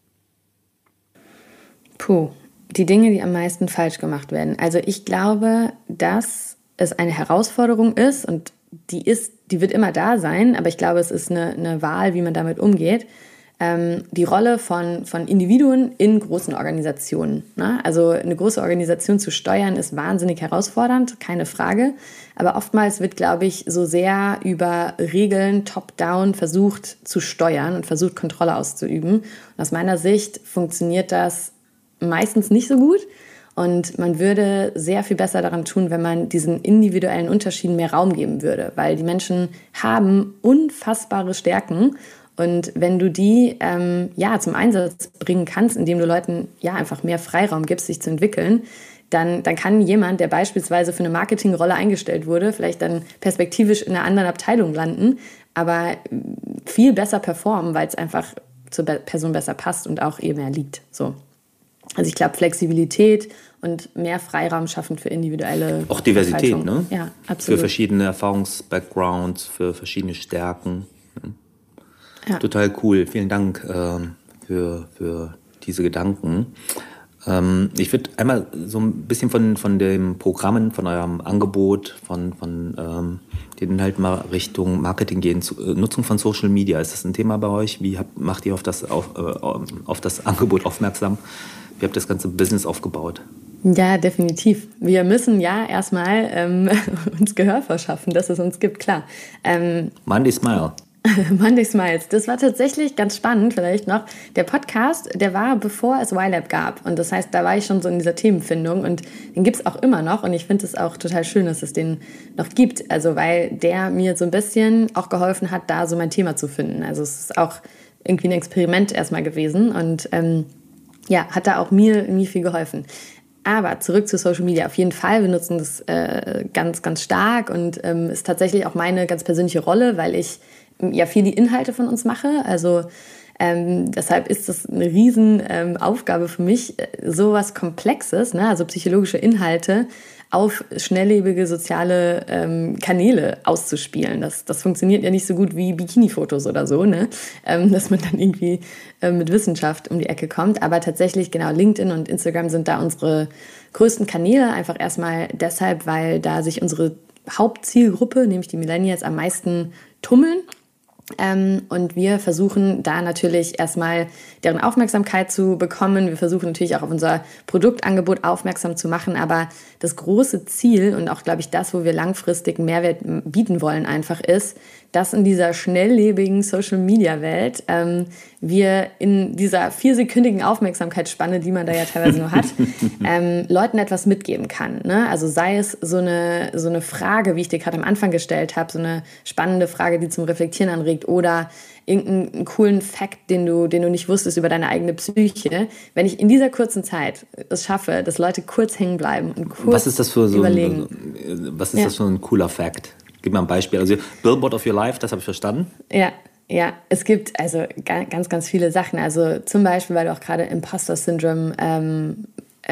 Puh. Die Dinge, die am meisten falsch gemacht werden. Also ich glaube, dass es eine Herausforderung ist und die ist, die wird immer da sein, aber ich glaube, es ist eine, eine Wahl, wie man damit umgeht. Ähm, die Rolle von, von Individuen in großen Organisationen. Ne? Also eine große Organisation zu steuern ist wahnsinnig herausfordernd, keine Frage. Aber oftmals wird, glaube ich, so sehr über Regeln top-down versucht zu steuern und versucht, Kontrolle auszuüben. Und aus meiner Sicht funktioniert das meistens nicht so gut und man würde sehr viel besser daran tun, wenn man diesen individuellen Unterschieden mehr Raum geben würde, weil die Menschen haben unfassbare Stärken und wenn du die ähm, ja zum Einsatz bringen kannst, indem du Leuten ja einfach mehr Freiraum gibst, sich zu entwickeln, dann, dann kann jemand, der beispielsweise für eine Marketingrolle eingestellt wurde, vielleicht dann perspektivisch in einer anderen Abteilung landen, aber viel besser performen, weil es einfach zur Person besser passt und auch ihr mehr liegt. So. Also ich glaube, Flexibilität und mehr Freiraum schaffen für individuelle auch Diversität, Entfaltung. Ne? Ja, absolut. Für verschiedene Erfahrungsbackgrounds, für verschiedene Stärken. Ja. Total cool. Vielen Dank äh, für, für diese Gedanken. Ähm, ich würde einmal so ein bisschen von, von den Programmen, von eurem Angebot, von, von ähm, den Inhalten mal Richtung Marketing gehen. Zu, äh, Nutzung von Social Media, ist das ein Thema bei euch? Wie habt, macht ihr auf das, auf, äh, auf das Angebot aufmerksam? Wie habt ihr das ganze Business aufgebaut? Ja, definitiv. Wir müssen ja erstmal ähm, uns Gehör verschaffen, dass es uns gibt, klar. Ähm, Monday Smile. Monday Smiles. Das war tatsächlich ganz spannend, vielleicht noch. Der Podcast, der war, bevor es YLab gab. Und das heißt, da war ich schon so in dieser Themenfindung. Und den gibt es auch immer noch. Und ich finde es auch total schön, dass es den noch gibt. Also, weil der mir so ein bisschen auch geholfen hat, da so mein Thema zu finden. Also, es ist auch irgendwie ein Experiment erstmal gewesen. Und ähm, ja, hat da auch mir irgendwie viel geholfen. Aber zurück zu Social Media. Auf jeden Fall, wir nutzen das äh, ganz, ganz stark. Und ähm, ist tatsächlich auch meine ganz persönliche Rolle, weil ich ja viel die Inhalte von uns mache. Also ähm, deshalb ist das eine riesen ähm, Aufgabe für mich, sowas Komplexes, ne? Also psychologische Inhalte auf schnelllebige soziale ähm, Kanäle auszuspielen. Das, das funktioniert ja nicht so gut wie Bikini-Fotos oder so, ne? Ähm, dass man dann irgendwie äh, mit Wissenschaft um die Ecke kommt. Aber tatsächlich, genau, LinkedIn und Instagram sind da unsere größten Kanäle. Einfach erstmal deshalb, weil da sich unsere Hauptzielgruppe, nämlich die Millennials, am meisten tummeln. Ähm, und wir versuchen da natürlich erstmal deren Aufmerksamkeit zu bekommen. Wir versuchen natürlich auch auf unser Produktangebot aufmerksam zu machen. Aber das große Ziel und auch, glaube ich, das, wo wir langfristig Mehrwert bieten wollen, einfach ist, dass in dieser schnelllebigen Social-Media-Welt ähm, wir in dieser viersekündigen Aufmerksamkeitsspanne, die man da ja teilweise nur hat, ähm, Leuten etwas mitgeben kann. Ne? Also sei es so eine, so eine Frage, wie ich dir gerade am Anfang gestellt habe, so eine spannende Frage, die zum Reflektieren anregt, oder irgendeinen coolen Fact, den du, den du nicht wusstest über deine eigene Psyche. Wenn ich in dieser kurzen Zeit es schaffe, dass Leute kurz hängen bleiben und kurz was ist das für so überlegen. Ein, was ist ja. das für ein cooler Fact? Gib mal ein Beispiel. Also Billboard of Your Life, das habe ich verstanden. Ja, ja. Es gibt also ganz, ganz viele Sachen. Also zum Beispiel, weil du auch gerade Imposter Syndrome ähm,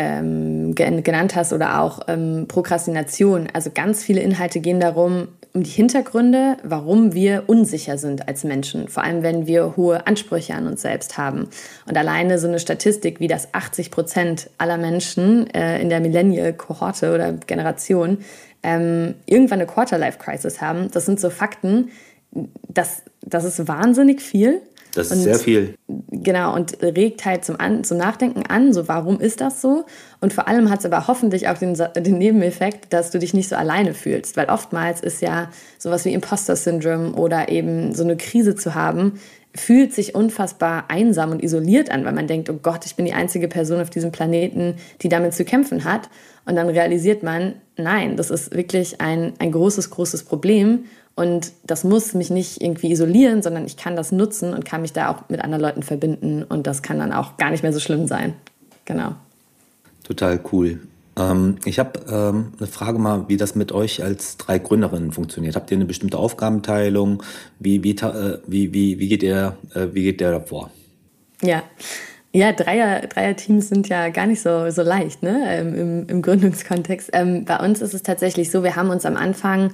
ähm, genannt hast oder auch ähm, Prokrastination. Also ganz viele Inhalte gehen darum, um die Hintergründe, warum wir unsicher sind als Menschen. Vor allem, wenn wir hohe Ansprüche an uns selbst haben. Und alleine so eine Statistik, wie das achtzig Prozent aller Menschen äh, in der Millennial-Kohorte oder Generation ähm, irgendwann eine Quarter-Life-Crisis haben, das sind so Fakten, das, das ist wahnsinnig viel. Das ist und, sehr viel. Genau, und regt halt zum, an, zum Nachdenken an, so warum ist das so? Und vor allem hat es aber hoffentlich auch den, den Nebeneffekt, dass du dich nicht so alleine fühlst. Weil oftmals ist ja sowas wie Imposter-Syndrom oder eben so eine Krise zu haben, fühlt sich unfassbar einsam und isoliert an, weil man denkt, oh Gott, ich bin die einzige Person auf diesem Planeten, die damit zu kämpfen hat. Und dann realisiert man, nein, das ist wirklich ein, ein großes, großes Problem. Und das muss mich nicht irgendwie isolieren, sondern ich kann das nutzen und kann mich da auch mit anderen Leuten verbinden. Und das kann dann auch gar nicht mehr so schlimm sein. Genau. Total cool. Ähm, ich habe ähm, eine Frage mal, wie das mit euch als drei Gründerinnen funktioniert. Habt ihr eine bestimmte Aufgabenteilung? Wie, wie, äh, wie, wie, wie geht ihr, äh, wie geht ihr davor? Ja. Ja, Dreier, Dreier-Teams sind ja gar nicht so, so leicht, ne? ähm, im, im Gründungskontext. Ähm, bei uns ist es tatsächlich so, wir haben uns am Anfang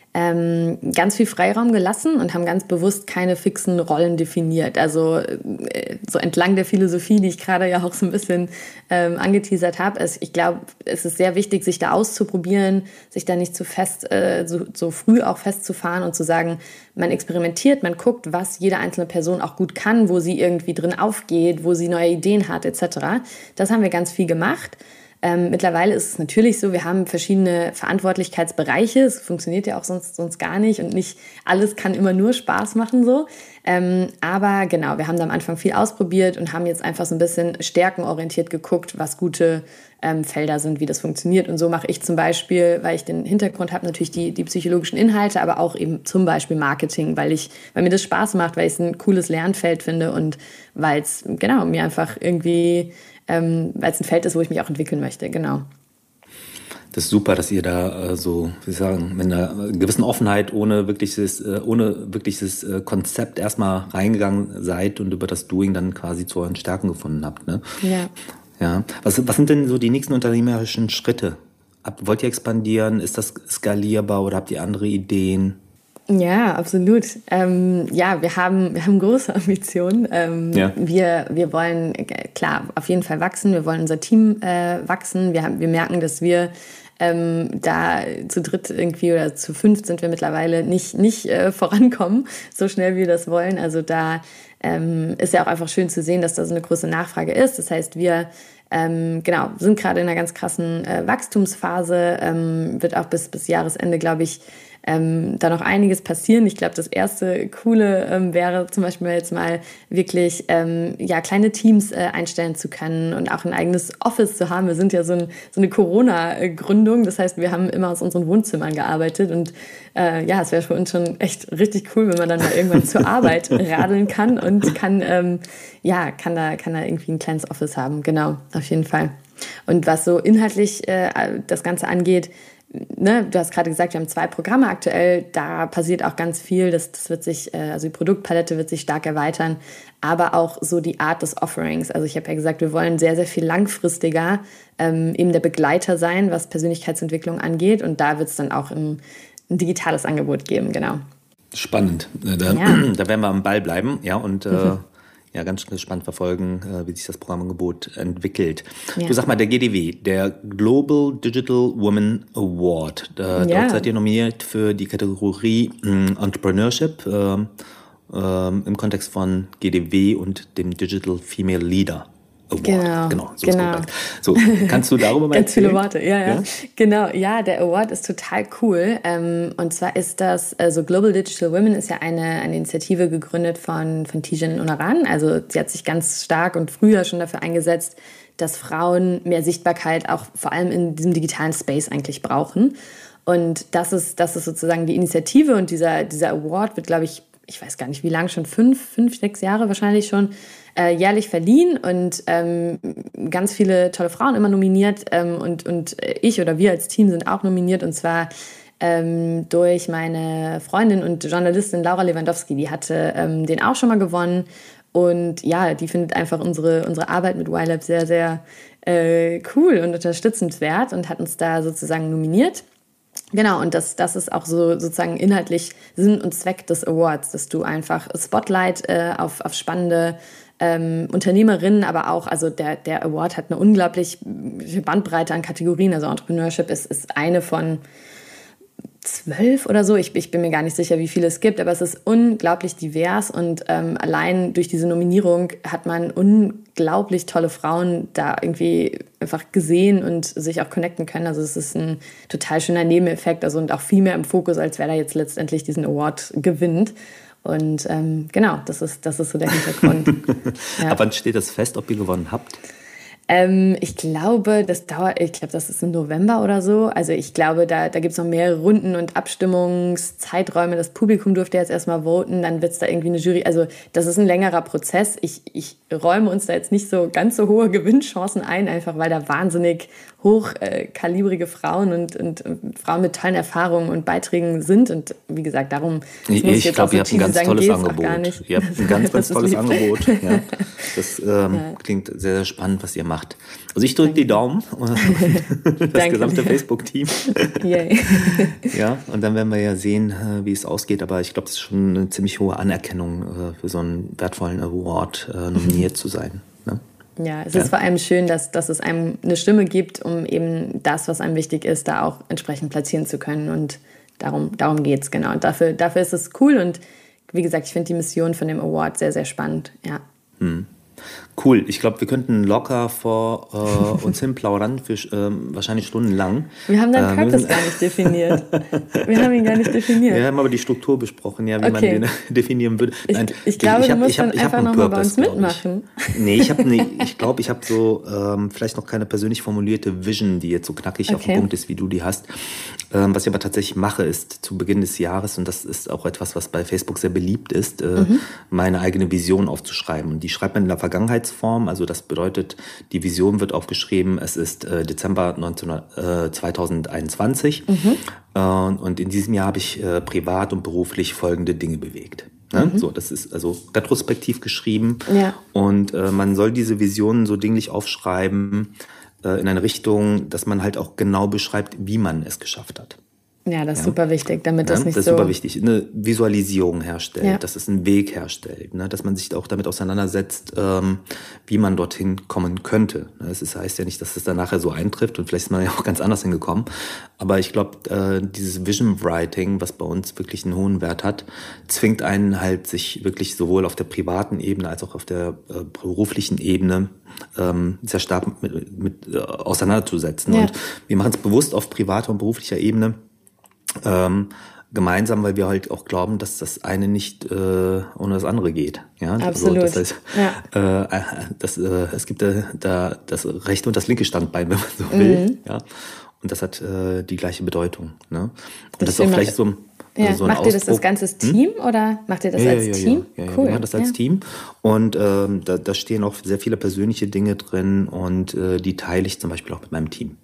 ähm, ganz viel Freiraum gelassen und haben ganz bewusst keine fixen Rollen definiert. Also äh, so entlang der Philosophie, die ich gerade ja auch so ein bisschen ähm, angeteasert habe. Ich glaube, es ist sehr wichtig, sich da auszuprobieren, sich da nicht zu fest, äh, so, so früh auch festzufahren und zu sagen, man experimentiert, man guckt, was jede einzelne Person auch gut kann, wo sie irgendwie drin aufgeht, wo sie neue Ideen hat et cetera. Das haben wir ganz viel gemacht. Ähm, mittlerweile ist es natürlich so, wir haben verschiedene Verantwortlichkeitsbereiche. Es funktioniert ja auch sonst, sonst gar nicht und nicht alles kann immer nur Spaß machen so. Ähm, aber genau, wir haben da am Anfang viel ausprobiert und haben jetzt einfach so ein bisschen stärkenorientiert geguckt, was gute ähm, Felder sind, wie das funktioniert. Und so mache ich zum Beispiel, weil ich den Hintergrund habe, natürlich die, die psychologischen Inhalte, aber auch eben zum Beispiel Marketing, weil ich, weil mir das Spaß macht, weil ich es ein cooles Lernfeld finde und weil es genau mir einfach irgendwie Ähm, weil es ein Feld ist, wo ich mich auch entwickeln möchte, genau. Das ist super, dass ihr da äh, so, wie sagen, mit einer gewissen Offenheit, ohne wirkliches, äh, ohne wirkliches äh, Konzept erstmal reingegangen seid und über das Doing dann quasi zu euren Stärken gefunden habt, ne? Ja. Ja. Was, was sind denn so die nächsten unternehmerischen Schritte? Habt, wollt ihr expandieren? Ist das skalierbar oder habt ihr andere Ideen? Ja, absolut. Ähm, ja, wir haben, wir haben große Ambitionen. Ähm, ja. wir, wir wollen, klar, auf jeden Fall wachsen. Wir wollen unser Team äh, wachsen. Wir, haben, wir merken, dass wir ähm, da zu dritt irgendwie oder zu fünf sind wir mittlerweile nicht, nicht äh, vorankommen, so schnell wie wir das wollen. Also da ähm, ist ja auch einfach schön zu sehen, dass da so eine große Nachfrage ist. Das heißt, wir ähm, genau, sind gerade in einer ganz krassen äh, Wachstumsphase. Ähm, wird auch bis, bis Jahresende, glaube ich, Ähm, da noch einiges passieren. Ich glaube, das erste Coole ähm, wäre zum Beispiel jetzt mal wirklich ähm, ja, kleine Teams äh, einstellen zu können und auch ein eigenes Office zu haben. Wir sind ja so, ein, so eine Corona-Gründung. Das heißt, wir haben immer aus unseren Wohnzimmern gearbeitet und äh, ja, es wäre für uns schon echt richtig cool, wenn man dann mal irgendwann zur Arbeit radeln kann und kann, ähm, ja, kann da, kann da irgendwie ein kleines Office haben. Genau, auf jeden Fall. Und was so inhaltlich äh, das Ganze angeht, Ne, du hast gerade gesagt, wir haben zwei Programme aktuell, da passiert auch ganz viel, das, das wird sich, also die Produktpalette wird sich stark erweitern, aber auch so die Art des Offerings. Also ich habe ja gesagt, wir wollen sehr, sehr viel langfristiger ähm, eben der Begleiter sein, was Persönlichkeitsentwicklung angeht und da wird es dann auch ein, ein digitales Angebot geben, genau. Spannend, da, ja. da werden wir am Ball bleiben, ja, und mhm. äh, ja, ganz gespannt verfolgen, wie sich das Programmangebot entwickelt. Ja. Du sag mal, der G D W, der Global Digital Women Award, da, ja. dort seid ihr nominiert für die Kategorie äh, Entrepreneurship äh, äh, im Kontext von G D W und dem Digital Female Leader Award. Genau, genau. So, genau. so kannst du darüber mal Ganz erzählen? viele Worte, ja, ja, ja. Genau, ja, der Award ist total cool. Ähm, und zwar ist das, also Global Digital Women ist ja eine, eine Initiative gegründet von, von Tijen Onaran. Also sie hat sich ganz stark und früher schon dafür eingesetzt, dass Frauen mehr Sichtbarkeit auch vor allem in diesem digitalen Space eigentlich brauchen. Und das ist, das ist sozusagen die Initiative und dieser, dieser Award wird, glaube ich, ich weiß gar nicht wie lange, schon fünf, fünf, sechs Jahre wahrscheinlich schon, äh, jährlich verliehen und ähm, ganz viele tolle Frauen immer nominiert ähm, und, und ich oder wir als Team sind auch nominiert und zwar ähm, durch meine Freundin und Journalistin Laura Lewandowski, die hatte ähm, den auch schon mal gewonnen und ja, die findet einfach unsere, unsere Arbeit mit Y-Lab sehr, sehr äh, cool und unterstützenswert und hat uns da sozusagen nominiert. Genau, und das, das ist auch so sozusagen inhaltlich Sinn und Zweck des Awards, dass du einfach Spotlight äh, auf, auf spannende ähm, Unternehmerinnen, aber auch, also der, der Award hat eine unglaublich Bandbreite an Kategorien, also Entrepreneurship ist, ist eine von zwölf oder so, ich, ich bin mir gar nicht sicher, wie viele es gibt, aber es ist unglaublich divers und ähm, allein durch diese Nominierung hat man unglaublich tolle Frauen da irgendwie einfach gesehen und sich auch connecten können. Also es ist ein total schöner Nebeneffekt, also und auch viel mehr im Fokus, als wer da jetzt letztendlich diesen Award gewinnt. Und ähm, genau, das ist, das ist so der Hintergrund. Ja. Aber wann steht das fest, ob ihr gewonnen habt? Ähm, ich glaube, das dauert, ich glaube, das ist im November oder so. Also ich glaube, da, da gibt es noch mehrere Runden und Abstimmungszeiträume. Das Publikum durfte jetzt erstmal voten, dann wird es da irgendwie eine Jury. Also das ist ein längerer Prozess. Ich, ich räume uns da jetzt nicht so ganz so hohe Gewinnchancen ein, einfach weil da wahnsinnig hochkalibrige Frauen und, und, und Frauen mit tollen Erfahrungen und Beiträgen sind. Und wie gesagt, darum ich, muss ich, ich glaube, ihr habt ein ganz sagen, tolles geht's Angebot. auch gar nicht. Ihr habt ein ganz, ganz tolles lieb. Angebot. Ja. Das ähm, ja. klingt sehr, sehr spannend, was ihr macht. Also ich drücke die Daumen, das gesamte Facebook-Team. Yay. Ja, und dann werden wir ja sehen, wie es ausgeht. Aber ich glaube, es ist schon eine ziemlich hohe Anerkennung, für so einen wertvollen Award nominiert zu sein. Ne? Ja, es ja. ist vor allem schön, dass, dass es einem eine Stimme gibt, um eben das, was einem wichtig ist, da auch entsprechend platzieren zu können. Und darum, darum geht es, genau. Und dafür, dafür ist es cool. Und wie gesagt, ich finde die Mission von dem Award sehr, sehr spannend. Ja. Hm. Cool, ich glaube, wir könnten locker vor äh, uns hin plaudern, für ähm, wahrscheinlich stundenlang. Wir haben deinen äh, Purpose gar nicht definiert. Wir haben ihn gar nicht definiert. Wir haben aber die Struktur besprochen, ja, wie okay. man den definieren würde. Nein, ich, ich glaube, ich, ich hab, du musst hab, dann einfach nochmal bei uns mitmachen. Ich. Nee, ich habe nee, ich glaube, ich habe so ähm, vielleicht noch keine persönlich formulierte Vision, die jetzt so knackig okay. auf den Punkt ist, wie du die hast. Ähm, was ich aber tatsächlich mache, ist zu Beginn des Jahres, und das ist auch etwas, was bei Facebook sehr beliebt ist, äh, mhm. meine eigene Vision aufzuschreiben. Und die schreibt man in der Vergangenheitsform. Also das bedeutet, die Vision wird aufgeschrieben, es ist äh, Dezember zweitausendeinundzwanzig mhm. äh, und in diesem Jahr habe ich äh, privat und beruflich folgende Dinge bewegt. Ne? Mhm. So, das ist also retrospektiv geschrieben ja. und äh, man soll diese Visionen so dinglich aufschreiben äh, in eine Richtung, dass man halt auch genau beschreibt, wie man es geschafft hat. Ja, das ist ja. super wichtig, damit das ja, nicht das so... Das ist super wichtig, eine Visualisierung herstellt, ja. dass es einen Weg herstellt, ne? Dass man sich auch damit auseinandersetzt, ähm, wie man dorthin kommen könnte. Es ist, heißt ja nicht, dass es dann nachher so eintrifft und vielleicht ist man ja auch ganz anders hingekommen. Aber ich glaube, äh, dieses Vision Writing, was bei uns wirklich einen hohen Wert hat, zwingt einen halt, sich wirklich sowohl auf der privaten Ebene als auch auf der äh, beruflichen Ebene ähm, sehr stark mit, mit äh, auseinanderzusetzen. Ja. Und wir machen es bewusst auf privater und beruflicher Ebene, Ähm, gemeinsam, weil wir halt auch glauben, dass das eine nicht äh, ohne das andere geht. Ja? Absolut. Also, das heißt, ja. äh, das, äh, es gibt da, da das rechte und das linke Standbein, wenn man so will. Mhm. Ja? Und das hat äh, die gleiche Bedeutung. Ne? Und das, das ist auch vielleicht so, ja. so ein Macht Ausdruck. ihr das als ganzes Team hm? oder macht ihr das ja, als ja, Team? Ja, ja, ja. Cool. Wir machen das als ja. Team. Und ähm, da, da stehen auch sehr viele persönliche Dinge drin und äh, die teile ich zum Beispiel auch mit meinem Team.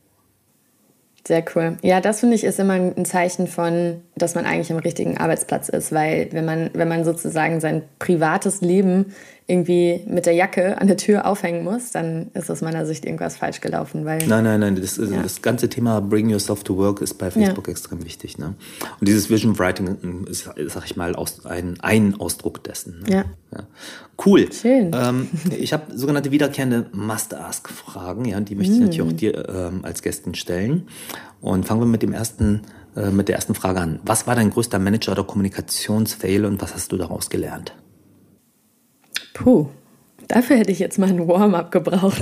Sehr cool. Ja, das finde ich ist immer ein Zeichen von, dass man eigentlich am richtigen Arbeitsplatz ist, weil wenn man, wenn man sozusagen sein privates Leben irgendwie mit der Jacke an der Tür aufhängen muss, dann ist aus meiner Sicht irgendwas falsch gelaufen. Weil, nein, nein, nein. Das, ja. das ganze Thema Bring Yourself to Work ist bei Facebook ja. extrem wichtig. Ne? Und dieses Vision Writing ist, sag ich mal, aus, ein, ein Ausdruck dessen. Ne? Ja. Ja. Cool. Schön. Ähm, ich habe sogenannte wiederkehrende Must-Ask-Fragen, ja, die möchte ich mm. natürlich auch dir ähm, als Gästin stellen. Und fangen wir mit dem ersten, äh, mit der ersten Frage an. Was war dein größter Manager- oder Kommunikationsfail und was hast du daraus gelernt? Puh, dafür hätte ich jetzt mal ein Warm-up gebraucht.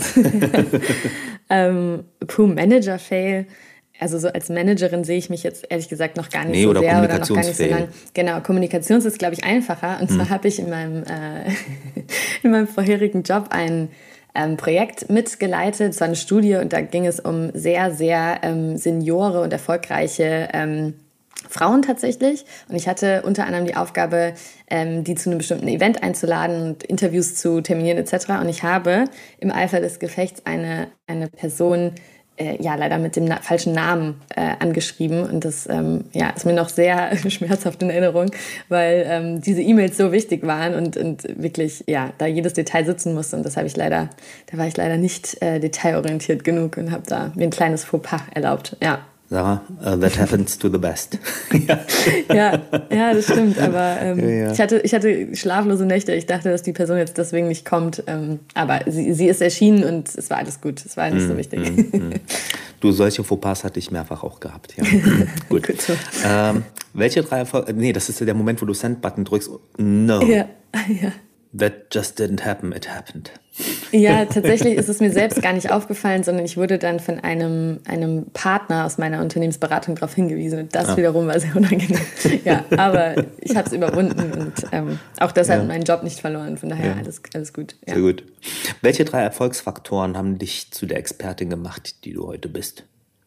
ähm, puh, Manager-Fail. Also so als Managerin sehe ich mich jetzt ehrlich gesagt noch gar nicht nee, so oder sehr oder noch gar nicht so Kommunikationsfail. lang. Genau, Kommunikations ist, glaube ich, einfacher. Und zwar hm. habe ich in meinem, äh, in meinem vorherigen Job ein ähm, Projekt mitgeleitet. Es war eine Studie und da ging es um sehr, sehr ähm, seniore und erfolgreiche ähm, Frauen tatsächlich. Und ich hatte unter anderem die Aufgabe, ähm, die zu einem bestimmten Event einzuladen und Interviews zu terminieren et cetera. Und ich habe im Eifer des Gefechts eine, eine Person Äh, ja, leider mit dem na- falschen Namen äh, angeschrieben. Und das ähm, ja, ist mir noch sehr schmerzhaft in Erinnerung, weil ähm, diese E-Mails so wichtig waren und, und wirklich, ja, da jedes Detail sitzen musste. Und das habe ich leider, da war ich leider nicht äh, detailorientiert genug und habe da mir ein kleines Fauxpas erlaubt, ja. Sarah, uh, that happens to the best. ja. ja, ja, das stimmt. Aber ähm, ja, ja. Ich, hatte, ich hatte schlaflose Nächte. Ich dachte, dass die Person jetzt deswegen nicht kommt. Ähm, aber sie, sie ist erschienen und es war alles gut. Es war nicht mm, so wichtig. Mm, mm. Du, solche Fauxpas hatte ich mehrfach auch gehabt. Ja. Gut. gut so. ähm, welche drei Erfolge... Nee, das ist ja der Moment, wo du Send-Button drückst. No. Ja, ja. That just didn't happen, it happened. Ja, tatsächlich ist es mir selbst gar nicht aufgefallen, sondern ich wurde dann von einem, einem Partner aus meiner Unternehmensberatung darauf hingewiesen. Und das ah. wiederum war sehr unangenehm. Ja, aber ich habe es überwunden und ähm, auch deshalb ja. meinen Job nicht verloren. Von daher ja. alles, alles gut. Ja. Sehr gut. Welche drei Erfolgsfaktoren haben dich zu der Expertin gemacht, die du heute bist?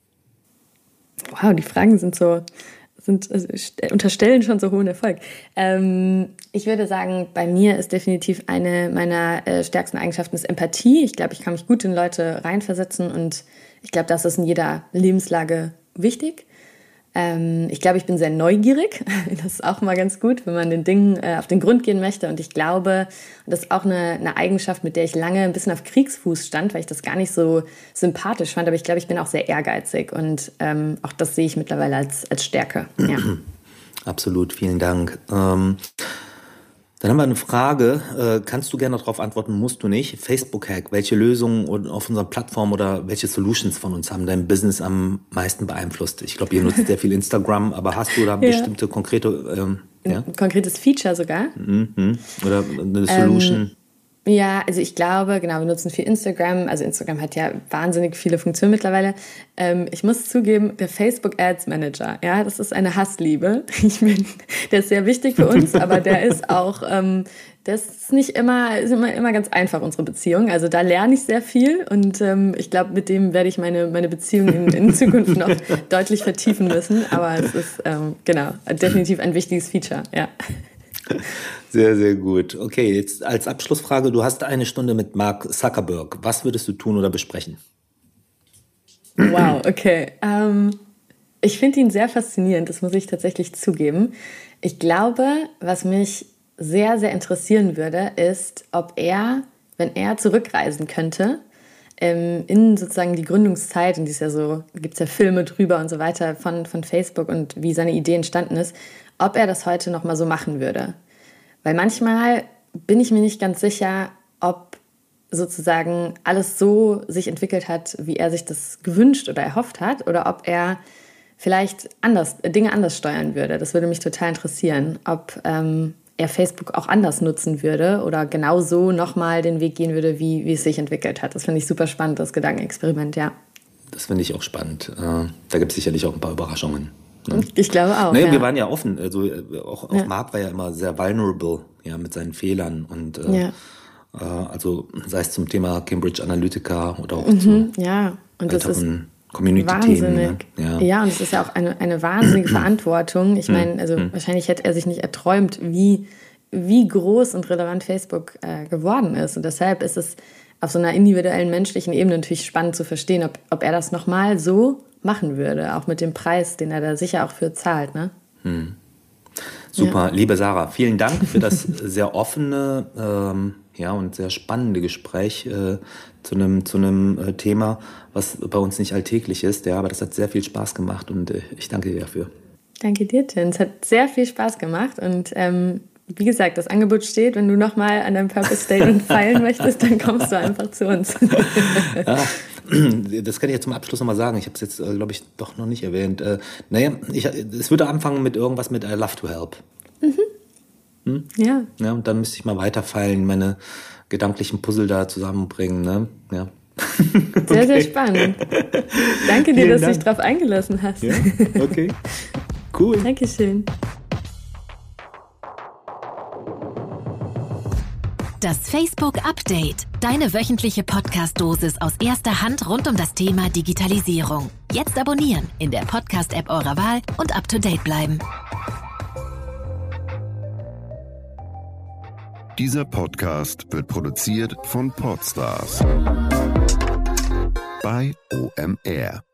Wow, die Fragen sind so... Sind, also, unterstellen schon so hohen Erfolg. Ähm, ich würde sagen, bei mir ist definitiv eine meiner äh, stärksten Eigenschaften ist Empathie. Ich glaube, ich kann mich gut in Leute reinversetzen und Ich glaube, das ist in jeder Lebenslage wichtig. Ähm, ich glaube, ich bin sehr neugierig. Das ist auch mal ganz gut, wenn man den Dingen äh, auf den Grund gehen möchte. Und ich glaube, das ist auch eine, eine Eigenschaft, mit der ich lange ein bisschen auf Kriegsfuß stand, weil ich das gar nicht so sympathisch fand. Aber ich glaube, ich bin auch sehr ehrgeizig. Und ähm, auch das sehe ich mittlerweile als, als Stärke. Ja. Absolut, vielen Dank. Ähm Dann haben wir eine Frage, äh, kannst du gerne darauf antworten, musst du nicht. Facebook-Hack, welche Lösungen auf unserer Plattform oder welche Solutions von uns haben dein Business am meisten beeinflusst? Ich glaube, ihr nutzt sehr viel Instagram, aber hast du da ja. bestimmte konkrete... Ähm, ja? Ein konkretes Feature sogar? Mhm. Oder eine Solution? Ähm, ja, also ich glaube, genau, wir nutzen viel Instagram. Also Instagram hat ja wahnsinnig viele Funktionen mittlerweile. Ähm, ich muss zugeben, der Facebook Ads Manager, ja, das ist eine Hassliebe. Ich bin, der ist sehr wichtig für uns, aber der ist auch, ähm, das ist nicht immer, ist immer, immer ganz einfach, unsere Beziehung. Also da lerne ich sehr viel und ähm, ich glaube, mit dem werde ich meine, meine Beziehung in, in Zukunft noch deutlich vertiefen müssen. Aber es ist, ähm, genau, definitiv ein wichtiges Feature, ja. Sehr, sehr gut. Okay, jetzt als Abschlussfrage, du hast eine Stunde mit Mark Zuckerberg. Was würdest du tun oder besprechen? Wow, okay. Ähm, ich finde ihn sehr faszinierend, das muss ich tatsächlich zugeben. Ich glaube, was mich sehr, sehr interessieren würde, ist, ob er, wenn er zurückreisen könnte, ähm, in sozusagen die Gründungszeit, und die ist ja so, gibt es ja Filme drüber und so weiter von, von Facebook und wie seine Idee entstanden ist, ob er das heute noch mal so machen würde. Weil manchmal bin ich mir nicht ganz sicher, ob sozusagen alles so sich entwickelt hat, wie er sich das gewünscht oder erhofft hat, oder ob er vielleicht anders, Dinge anders steuern würde. Das würde mich total interessieren, ob ähm, er Facebook auch anders nutzen würde oder genau so nochmal den Weg gehen würde, wie, wie es sich entwickelt hat. Das finde ich super spannend, das Gedankenexperiment, ja. Das finde ich auch spannend. Da gibt es sicherlich auch ein paar Überraschungen. Ne? Ich glaube auch. Nee, ja. Wir waren ja offen. Also auch, auch ja. Marc war ja immer sehr vulnerable, ja, mit seinen Fehlern und äh, ja. äh, also sei es zum Thema Cambridge Analytica oder auch mhm, zu ja. Und das ist Community-Themen. Ne? Ja. ja, und es ist ja auch eine, eine wahnsinnige Verantwortung. Ich meine, also mhm. wahrscheinlich hätte er sich nicht erträumt, wie, wie groß und relevant Facebook äh, geworden ist. Und deshalb ist es auf so einer individuellen menschlichen Ebene natürlich spannend zu verstehen, ob, ob er das nochmal so machen würde, auch mit dem Preis, den er da sicher auch für zahlt. Ne? Hm. Super, ja. Liebe Sarah, vielen Dank für das sehr offene ähm, ja, und sehr spannende Gespräch äh, zu einem zu einem äh, Thema, was bei uns nicht alltäglich ist. Ja, aber das hat sehr viel Spaß gemacht und äh, ich danke dir dafür. Danke dir, Tim. Es hat sehr viel Spaß gemacht und ähm, wie gesagt, das Angebot steht, wenn du nochmal an deinem Purpose Statement feilen möchtest, dann kommst du einfach zu uns. Ja, das kann ich jetzt zum Abschluss nochmal sagen. Ich habe es jetzt, glaube ich, doch noch nicht erwähnt. Äh, naja, ich, es würde anfangen mit irgendwas mit I love to help. Mhm. Hm? Ja. Ja. Und dann müsste ich mal weiterfeilen, meine gedanklichen Puzzle da zusammenbringen. Ne? Ja. Sehr, okay. sehr spannend. Danke dir, Vielen dass Dank. du dich drauf eingelassen hast. Ja, okay. Cool. Dankeschön. Das Facebook Update. Deine wöchentliche Podcast-Dosis aus erster Hand rund um das Thema Digitalisierung. Jetzt abonnieren in der Podcast-App eurer Wahl und up to date bleiben. Dieser Podcast wird produziert von Podstars bei O M R.